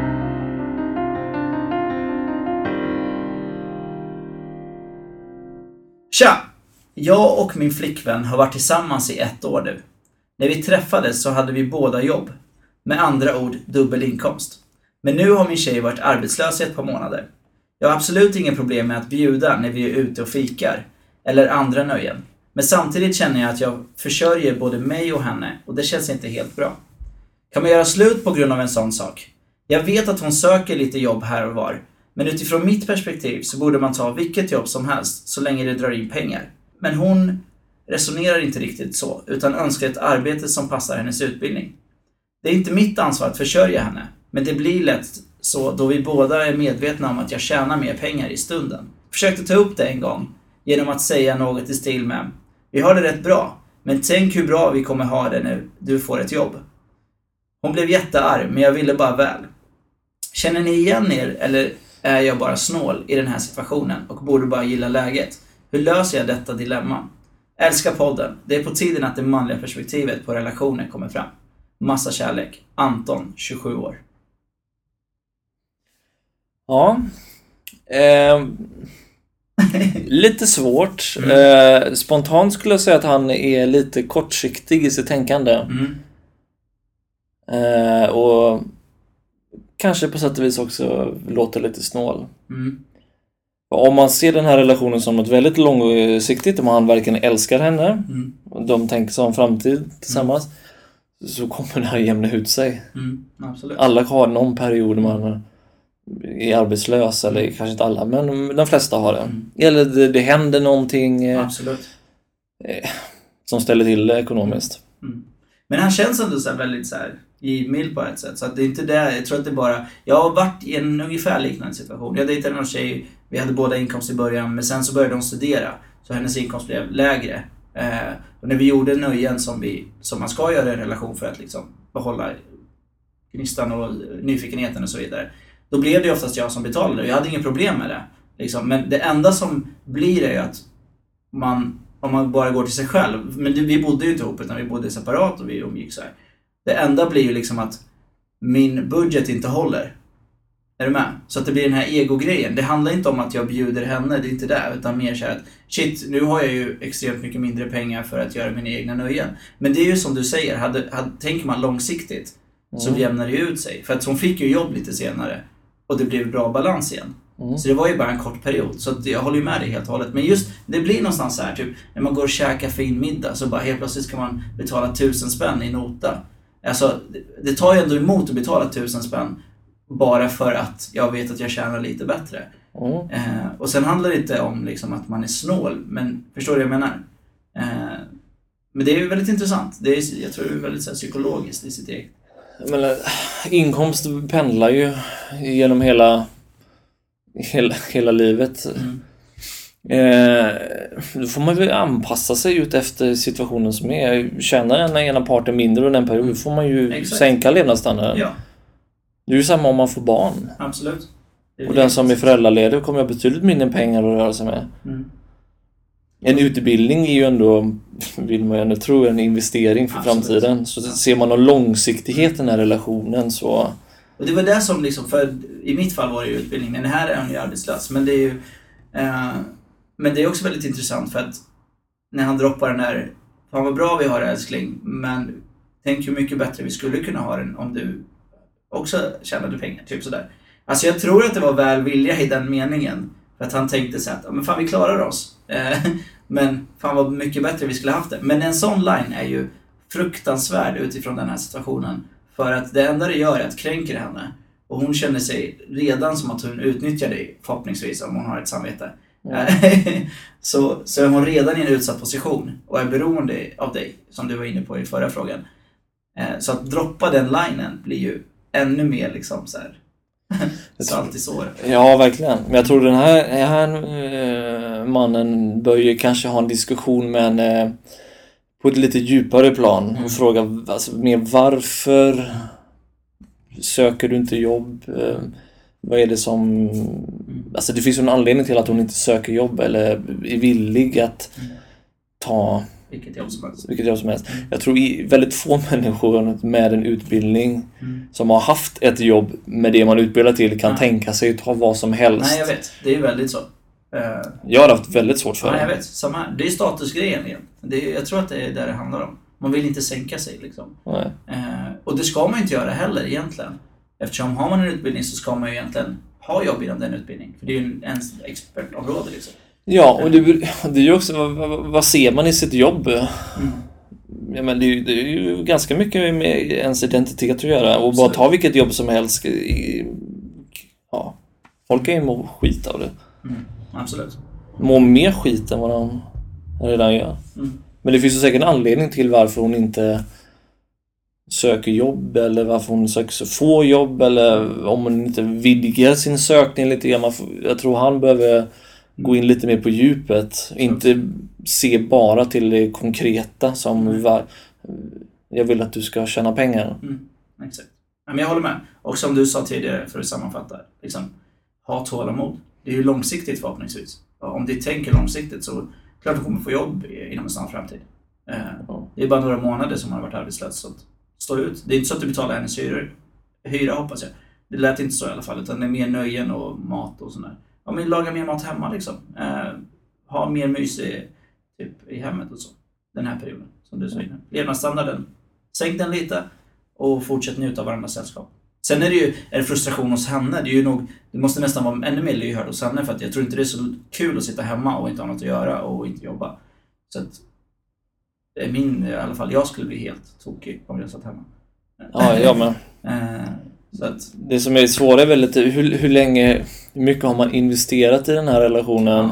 Tja! Jag och min flickvän har varit tillsammans i 1 år nu. När vi träffades så hade vi båda jobb. Med andra ord, dubbel inkomst. Men nu har min tjej varit arbetslös i ett par månader. Jag har absolut ingen problem med att bjuda när vi är ute och fikar. Eller andra nöjen. Men samtidigt känner jag att jag försörjer både mig och henne. Och det känns inte helt bra. Kan man göra slut på grund av en sån sak? Jag vet att hon söker lite jobb här och var. Men utifrån mitt perspektiv så borde man ta vilket jobb som helst så länge det drar in pengar. Men hon resonerar inte riktigt så, utan önskar ett arbete som passar hennes utbildning. Det är inte mitt ansvar att försörja henne, men det blir lätt så då vi båda är medvetna om att jag tjänar mer pengar i stunden. Försökte ta upp det en gång genom att säga något i stil med: vi har det rätt bra, men tänk hur bra vi kommer ha det när du får ett jobb. Hon blev jättearg, men jag ville bara väl. Känner ni igen er, eller är jag bara snål i den här situationen och borde bara gilla läget? Hur löser jag detta dilemma? Älskar podden. Det är på tiden att det manliga perspektivet på relationer kommer fram. Massa kärlek. Anton, 27 år. Ja. Lite svårt. Spontant skulle jag säga att han är lite kortsiktig i sitt tänkande. Och kanske på sätt och vis också låter lite snål. Om man ser den här relationen som något väldigt långsiktigt, om han verkligen älskar henne och de tänker sig om framtid tillsammans, så kommer det här jämna ut sig. Absolut. Alla har någon period man är arbetslös, eller kanske inte alla, men de flesta har det. Eller det händer någonting som ställer till det ekonomiskt. Men han känns ändå så här väldigt så här givmild på ett sätt. Så att det är inte det. Jag tror att det bara... Jag har varit i en ungefär liknande situation. Jag dejtade någon tjej. Vi hade båda inkomst i början. Men sen så började hon studera. Så hennes inkomst blev lägre. Och när vi gjorde nöjen som man ska göra i en relation för att liksom behålla gnistan och nyfikenheten och så vidare. Då blev det oftast jag som betalade. Och jag hade ingen problem med det. Liksom. Men det enda som blir är ju att om man bara går till sig själv. Men vi bodde ju inte ihop, utan vi bodde separat och vi umgick så här. Det enda blir ju liksom att min budget inte håller. Är du med? Så att det blir den här ego-grejen. Det handlar inte om att jag bjuder henne, det är inte det. Utan mer så här att, shit, nu har jag ju extremt mycket mindre pengar för att göra mina egna nöjen. Men det är ju som du säger, tänker man långsiktigt så jämnar det ut sig. För att hon fick ju jobb lite senare och det blev bra balans igen. Så det var ju bara en kort period. Så att jag håller ju med dig helt och hållet. Men just, det blir någonstans så här, typ, när man går och käkar fin middag så bara helt plötsligt ska man betala 1000 spänn i nota. Alltså, det tar ju ändå emot att betala 1000 spänn bara för att jag vet att jag tjänar lite bättre. Och sen handlar det inte om liksom att man är snål, men förstår du vad jag menar? Men det är ju väldigt intressant. Jag tror det är väldigt så här, psykologiskt i sitt eget. Men inkomst pendlar ju genom hela livet. Då får man väl anpassa sig ut efter situationen som är. Tjänar den ena parten mindre under en period, får man ju sänka levnadsstandarden. Ja. Det är ju samma om man får barn. Absolut. Och den som är föräldraledig kommer ha betydligt mindre pengar att röra sig med. En utbildning är ju ändå, vill man ju ändå tro, en investering för framtiden. Så ser man någon långsiktighet i den här relationen så... Och det var det som liksom, för i mitt fall var det ju utbildning, men här är han ju arbetslös. Men det är ju, men det är också väldigt intressant för att när han droppar den här, fan vad bra vi har det, älskling, men tänk hur mycket bättre vi skulle kunna ha den om du också tjänade pengar, typ sådär. Alltså jag tror att det var välvilja i den meningen, för att han tänkte så att, men fan vi klarar oss. Men fan vad mycket bättre vi skulle haft det. Men en sån line är ju fruktansvärd utifrån den här situationen. För att det enda det gör är att kränker henne. Och hon känner sig redan som att hon utnyttjar dig, förhoppningsvis, om hon har ett samvete. Så är hon redan i en utsatt position och är beroende av dig, som du var inne på i förra frågan. Så att droppa den linen blir ju ännu mer liksom så här salt i sår. Ja, verkligen. Men jag tror den här mannen bör ju kanske ha en diskussion med henne på ett lite djupare plan och fråga alltså, mer varför söker du inte jobb? Vad är det som... Alltså det finns ju en anledning till att hon inte söker jobb eller är villig att ta vilket jobb som helst. Jag tror väldigt få människor med en utbildning som har haft ett jobb med det man utbildar till kan tänka sig att ta vad som helst. Nej, jag vet. Det är väldigt så. Jag har haft väldigt svårt för det. Ja, jag vet. Samma här. Det är statusgrejen igen. Jag tror att det är där det handlar om. Man vill inte sänka sig liksom. Och det ska man inte göra heller egentligen. Eftersom har man en utbildning så ska man ju egentligen ha jobb inom den utbildningen. För det är ju en expertområde liksom. Ja, och det är ju också, vad ser man i sitt jobb? Ja, men det är ju ganska mycket med ens identitet att göra. Och bara ta vilket jobb som helst. Ja, folk kan ju må skit av det. Absolut. Må mer skit än vad de redan gör. Men det finns ju säkert en anledning till varför hon inte söker jobb eller varför hon söker så få jobb eller om hon inte vidgar sin sökning lite grann. Jag tror han behöver gå in lite mer på djupet. Inte se bara till det konkreta som jag vill att du ska tjäna pengar. Exakt. Men jag håller med. Och som du sa tidigare för att sammanfatta. Liksom, ha tålamod. Det är ju långsiktigt förhoppningsvis. Om du tänker långsiktigt så klart du kommer få jobb inom en snar framtid. Det är bara några månader som man har varit arbetslös. Så stå ut. Det är inte så att du betalar hennes hyra hoppas jag. Det lät inte så i alla fall. Utan det är mer nöjen och mat och sådär. Ja, men laga mer mat hemma liksom. Ha mer mys i hemmet och så. Den här perioden som du sa innan. Levnadsstandarden. Sänk den lite och fortsätt njuta av varandras sällskap. Sen är det ju frustration hos henne. Det måste nästan vara ännu mer lyhörd hos henne. För att jag tror inte det är så kul att sitta hemma och inte ha något att göra och inte jobba. Så att det är i alla fall. Jag skulle bli helt tokig om jag satt hemma. Ja, jag med. Så att, det som är svårt är väl lite hur mycket har man investerat i den här relationen?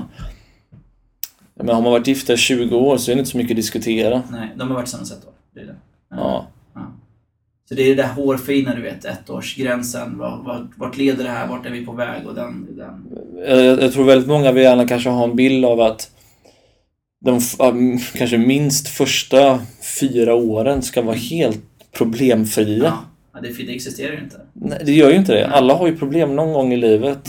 Men har man varit gifta 20 år så är det inte så mycket att diskutera. Nej, de har varit samma sätt då. Det är det. Ja. Så det är det där hårfina, du vet, 1-årsgränsen. Vart leder det här? Vart är vi på väg? Och den. Jag tror väldigt många vill gärna kanske ha en bild av att de kanske minst första 4 åren ska vara helt problemfria. Ja, det existerar ju inte. Nej, det gör ju inte det. Alla har ju problem någon gång i livet.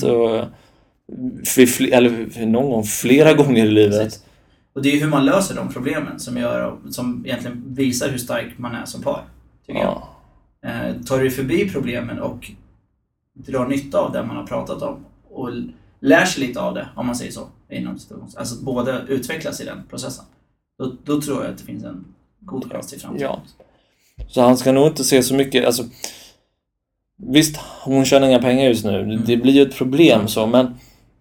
Eller någon gång flera gånger i livet. Precis. Och det är ju hur man löser de problemen som egentligen visar hur stark man är som par. Tycker jag. Tar du förbi problemen och drar nytta av det man har pratat om och lär sig lite av det, om man säger så, alltså att båda utvecklas i den processen, då tror jag att det finns en god chans till framtiden. Ja. Så han ska nog inte se så mycket, alltså visst, hon tjänar inga pengar just nu, det blir ju ett problem så, men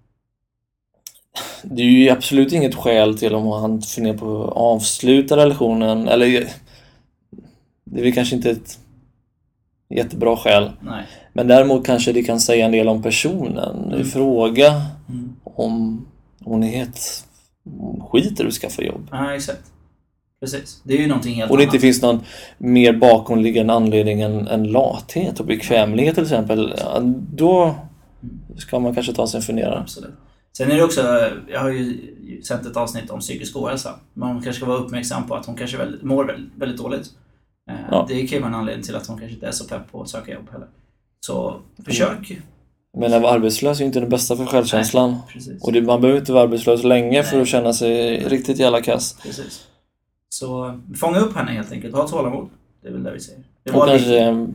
det är ju absolut inget skäl till om han funderar på att avsluta relationen, eller det är väl kanske inte ett jättebra skäl. Nej. Men däremot kanske det kan säga en del om personen i fråga om hon är helt skiter att skaffa jobb. Ja, exakt. Precis. Det är ju någonting helt och det annat. inte finns någon mer bakomliggande anledning än lathet och bekvämlighet till exempel. Då ska man kanske ta sig en funderare. Absolut. Sen är det också, jag har ju sänt ett avsnitt om psykisk ohälsa. Man kanske ska vara uppmärksam på att hon kanske mår väldigt dåligt. Det kan ju vara en anledning till att hon kanske inte är så pepp på att söka jobb heller. Så försök. Men att vara arbetslös är ju inte det bästa för självkänslan. Nej, och man behöver inte vara arbetslös länge för att känna sig riktigt jävla kass. Precis. Så fånga upp henne helt enkelt. Ha tålamod. Det är väl det vi säger. Och kanske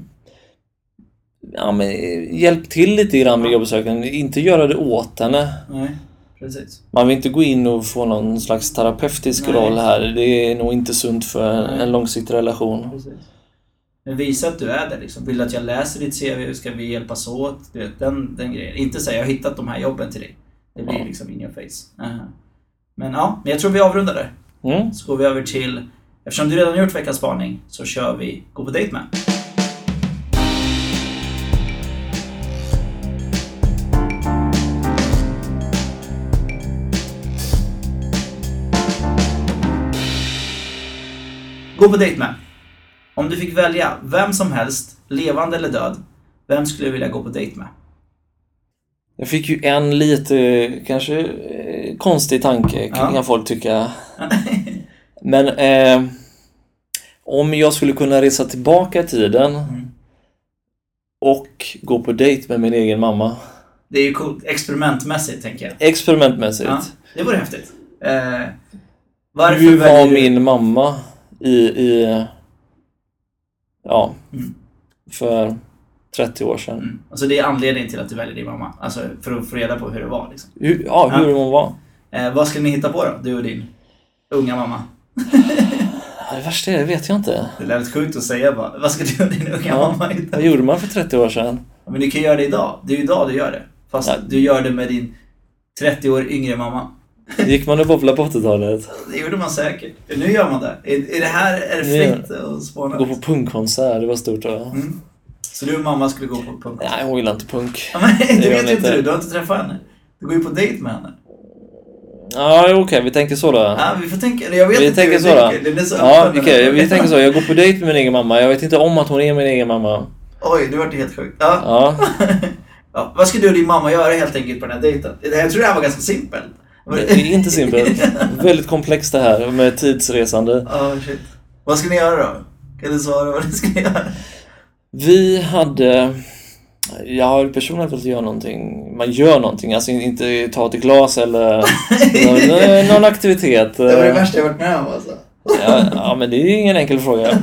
hjälp till lite grann med jobbsökningen. Inte göra det åt henne. Nej, precis. Man vill inte gå in och få någon slags terapeutisk roll här. Det är nog inte sunt för en långsiktig relation. Precis. Men visa att du är där liksom. Vill att jag läser ditt CV, ska vi hjälpas åt? Du vet, den grejen. Inte säga jag har hittat de här jobben till dig. Det blir liksom in your face. Men jag tror vi avrundar där. Så går vi över till, eftersom du redan gjort veckans spaning, så kör vi Gå på dejt med. gå på dejt med. Om du fick välja vem som helst, levande eller död, vem skulle du vilja gå på dejt med? Jag fick ju en lite kanske konstig tanke, kan folk tycka. Men om jag skulle kunna resa tillbaka i tiden och gå på dejt med min egen mamma. Det är ju coolt, experimentmässigt tänker jag. Experimentmässigt. Ja, det vore häftigt. Hur var min mamma för 30 år sedan? Alltså det är anledningen till att du väljer din mamma. Alltså för att få reda på hur det var liksom. Hur hon var. Vad skulle ni hitta på då, du och din unga mamma? Det värsta är, det vet jag inte. Det lät sjukt att säga bara. Vad ska du och din unga mamma hitta? Vad gjorde man för 30 år sedan? Ja, men du kan göra det idag. Det är ju idag du gör det. Fast du gör det med din 30 år yngre mamma. Gick man och bobbla på 80-talet? Det gjorde man säkert. Nu gör man det. Är det fritt att spåna? Gå på punkkonsert, det var stort då. Så du och mamma skulle gå på punk? Nej, hon gillar inte punk. Ja, men det vet inte du. Du har inte träffat henne. Du går ju på dejt med henne. Ja, okej, vi tänker så då. Ja, vi får tänka. Jag vet vi inte tänker hur så då. Det är så vi tänker så. Jag går på dejt med min egen mamma. Jag vet inte om att hon är min egen mamma. Oj, det vart helt sjukt. Ja. Ja. Vad ska du och din mamma göra helt enkelt på den här dejten? Jag tror det här var ganska simpelt. Det är inte simpelt. Väldigt komplext det här med tidsresande. Shit. Vad ska ni göra då? Kan du svara vad ni ska göra? Vi hade... personen vill göra någonting. Man gör någonting. Alltså inte ta ett glas eller någon aktivitet. Det var det värsta jag varit med om alltså. Ja, men det är ingen enkel fråga.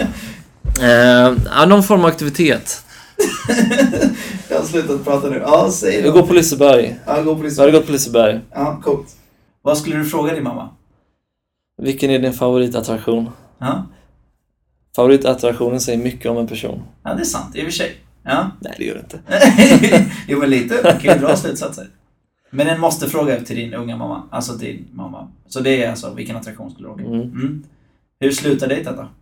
Någon form av aktivitet. Jag har slutat prata nu. Ja, säg det. Jag går på Liseberg. Ja, gå på Liseberg. Jag hade gått på Liseberg. Ja, coolt. Vad skulle du fråga din mamma? Vilken är din favoritattraktion? Ja. Favoritattraktionen säger mycket om en person. Ja, det är sant. I och för sig. Ja. Nej, det gör det inte. Jo, men lite. Man kan ju dra slutsatser. Men en måste fråga till din unga mamma. Alltså din mamma. Så det är alltså, vilken attraktion skulle du åka? Hur slutar dejten då?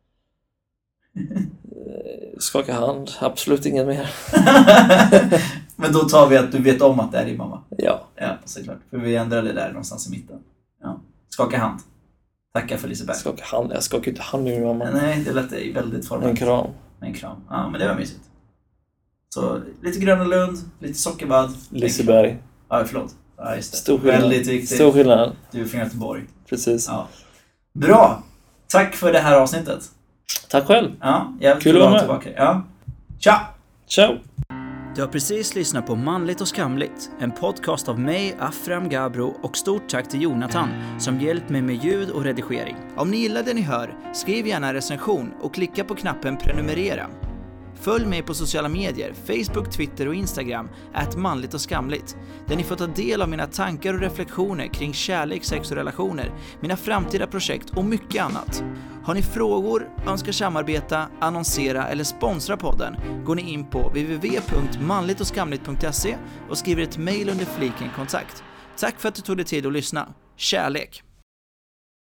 Skaka hand. Absolut ingen mer. Men då tar vi att du vet om att det är din mamma. Ja. Ja, såklart. För vi ändrar det där någonstans i mitten. Ja. Skaka hand. Tacka för Liseberg. Skaka hand. Jag skakar inte hand med min mamma. Nej, det lät dig väldigt format. En kram. Ja, men det var mysigt. Så lite Gröna Lund, lite sockerbad. Liseberg. Ja, förlåt. Ja, just det. Stor skillnad. Väldigt viktigt. Stor skillnad. Du är från Göteborg. Precis. Ja. Bra. Tack för det här avsnittet. Tack själv. Ja, jävligt kul att vara tillbaka. Ja. Tja! Ciao! Du har precis lyssnat på Manligt och skamligt, en podcast av mig, Afram Gabro, och stort tack till Jonathan som hjälpt mig med ljud och redigering. Om ni gillar det ni hör, skriv gärna en recension och klicka på knappen prenumerera. Följ mig på sociala medier, Facebook, Twitter och Instagram @manligt och skamligt, där ni får ta del av mina tankar och reflektioner kring kärlek, sex och relationer, mina framtida projekt och mycket annat. Har ni frågor, önskar samarbeta, annonsera eller sponsra podden, går ni in på www.manligtochskamligt.se och skriver ett mejl under fliken kontakt. Tack för att du tog dig tid att lyssna. Kärlek!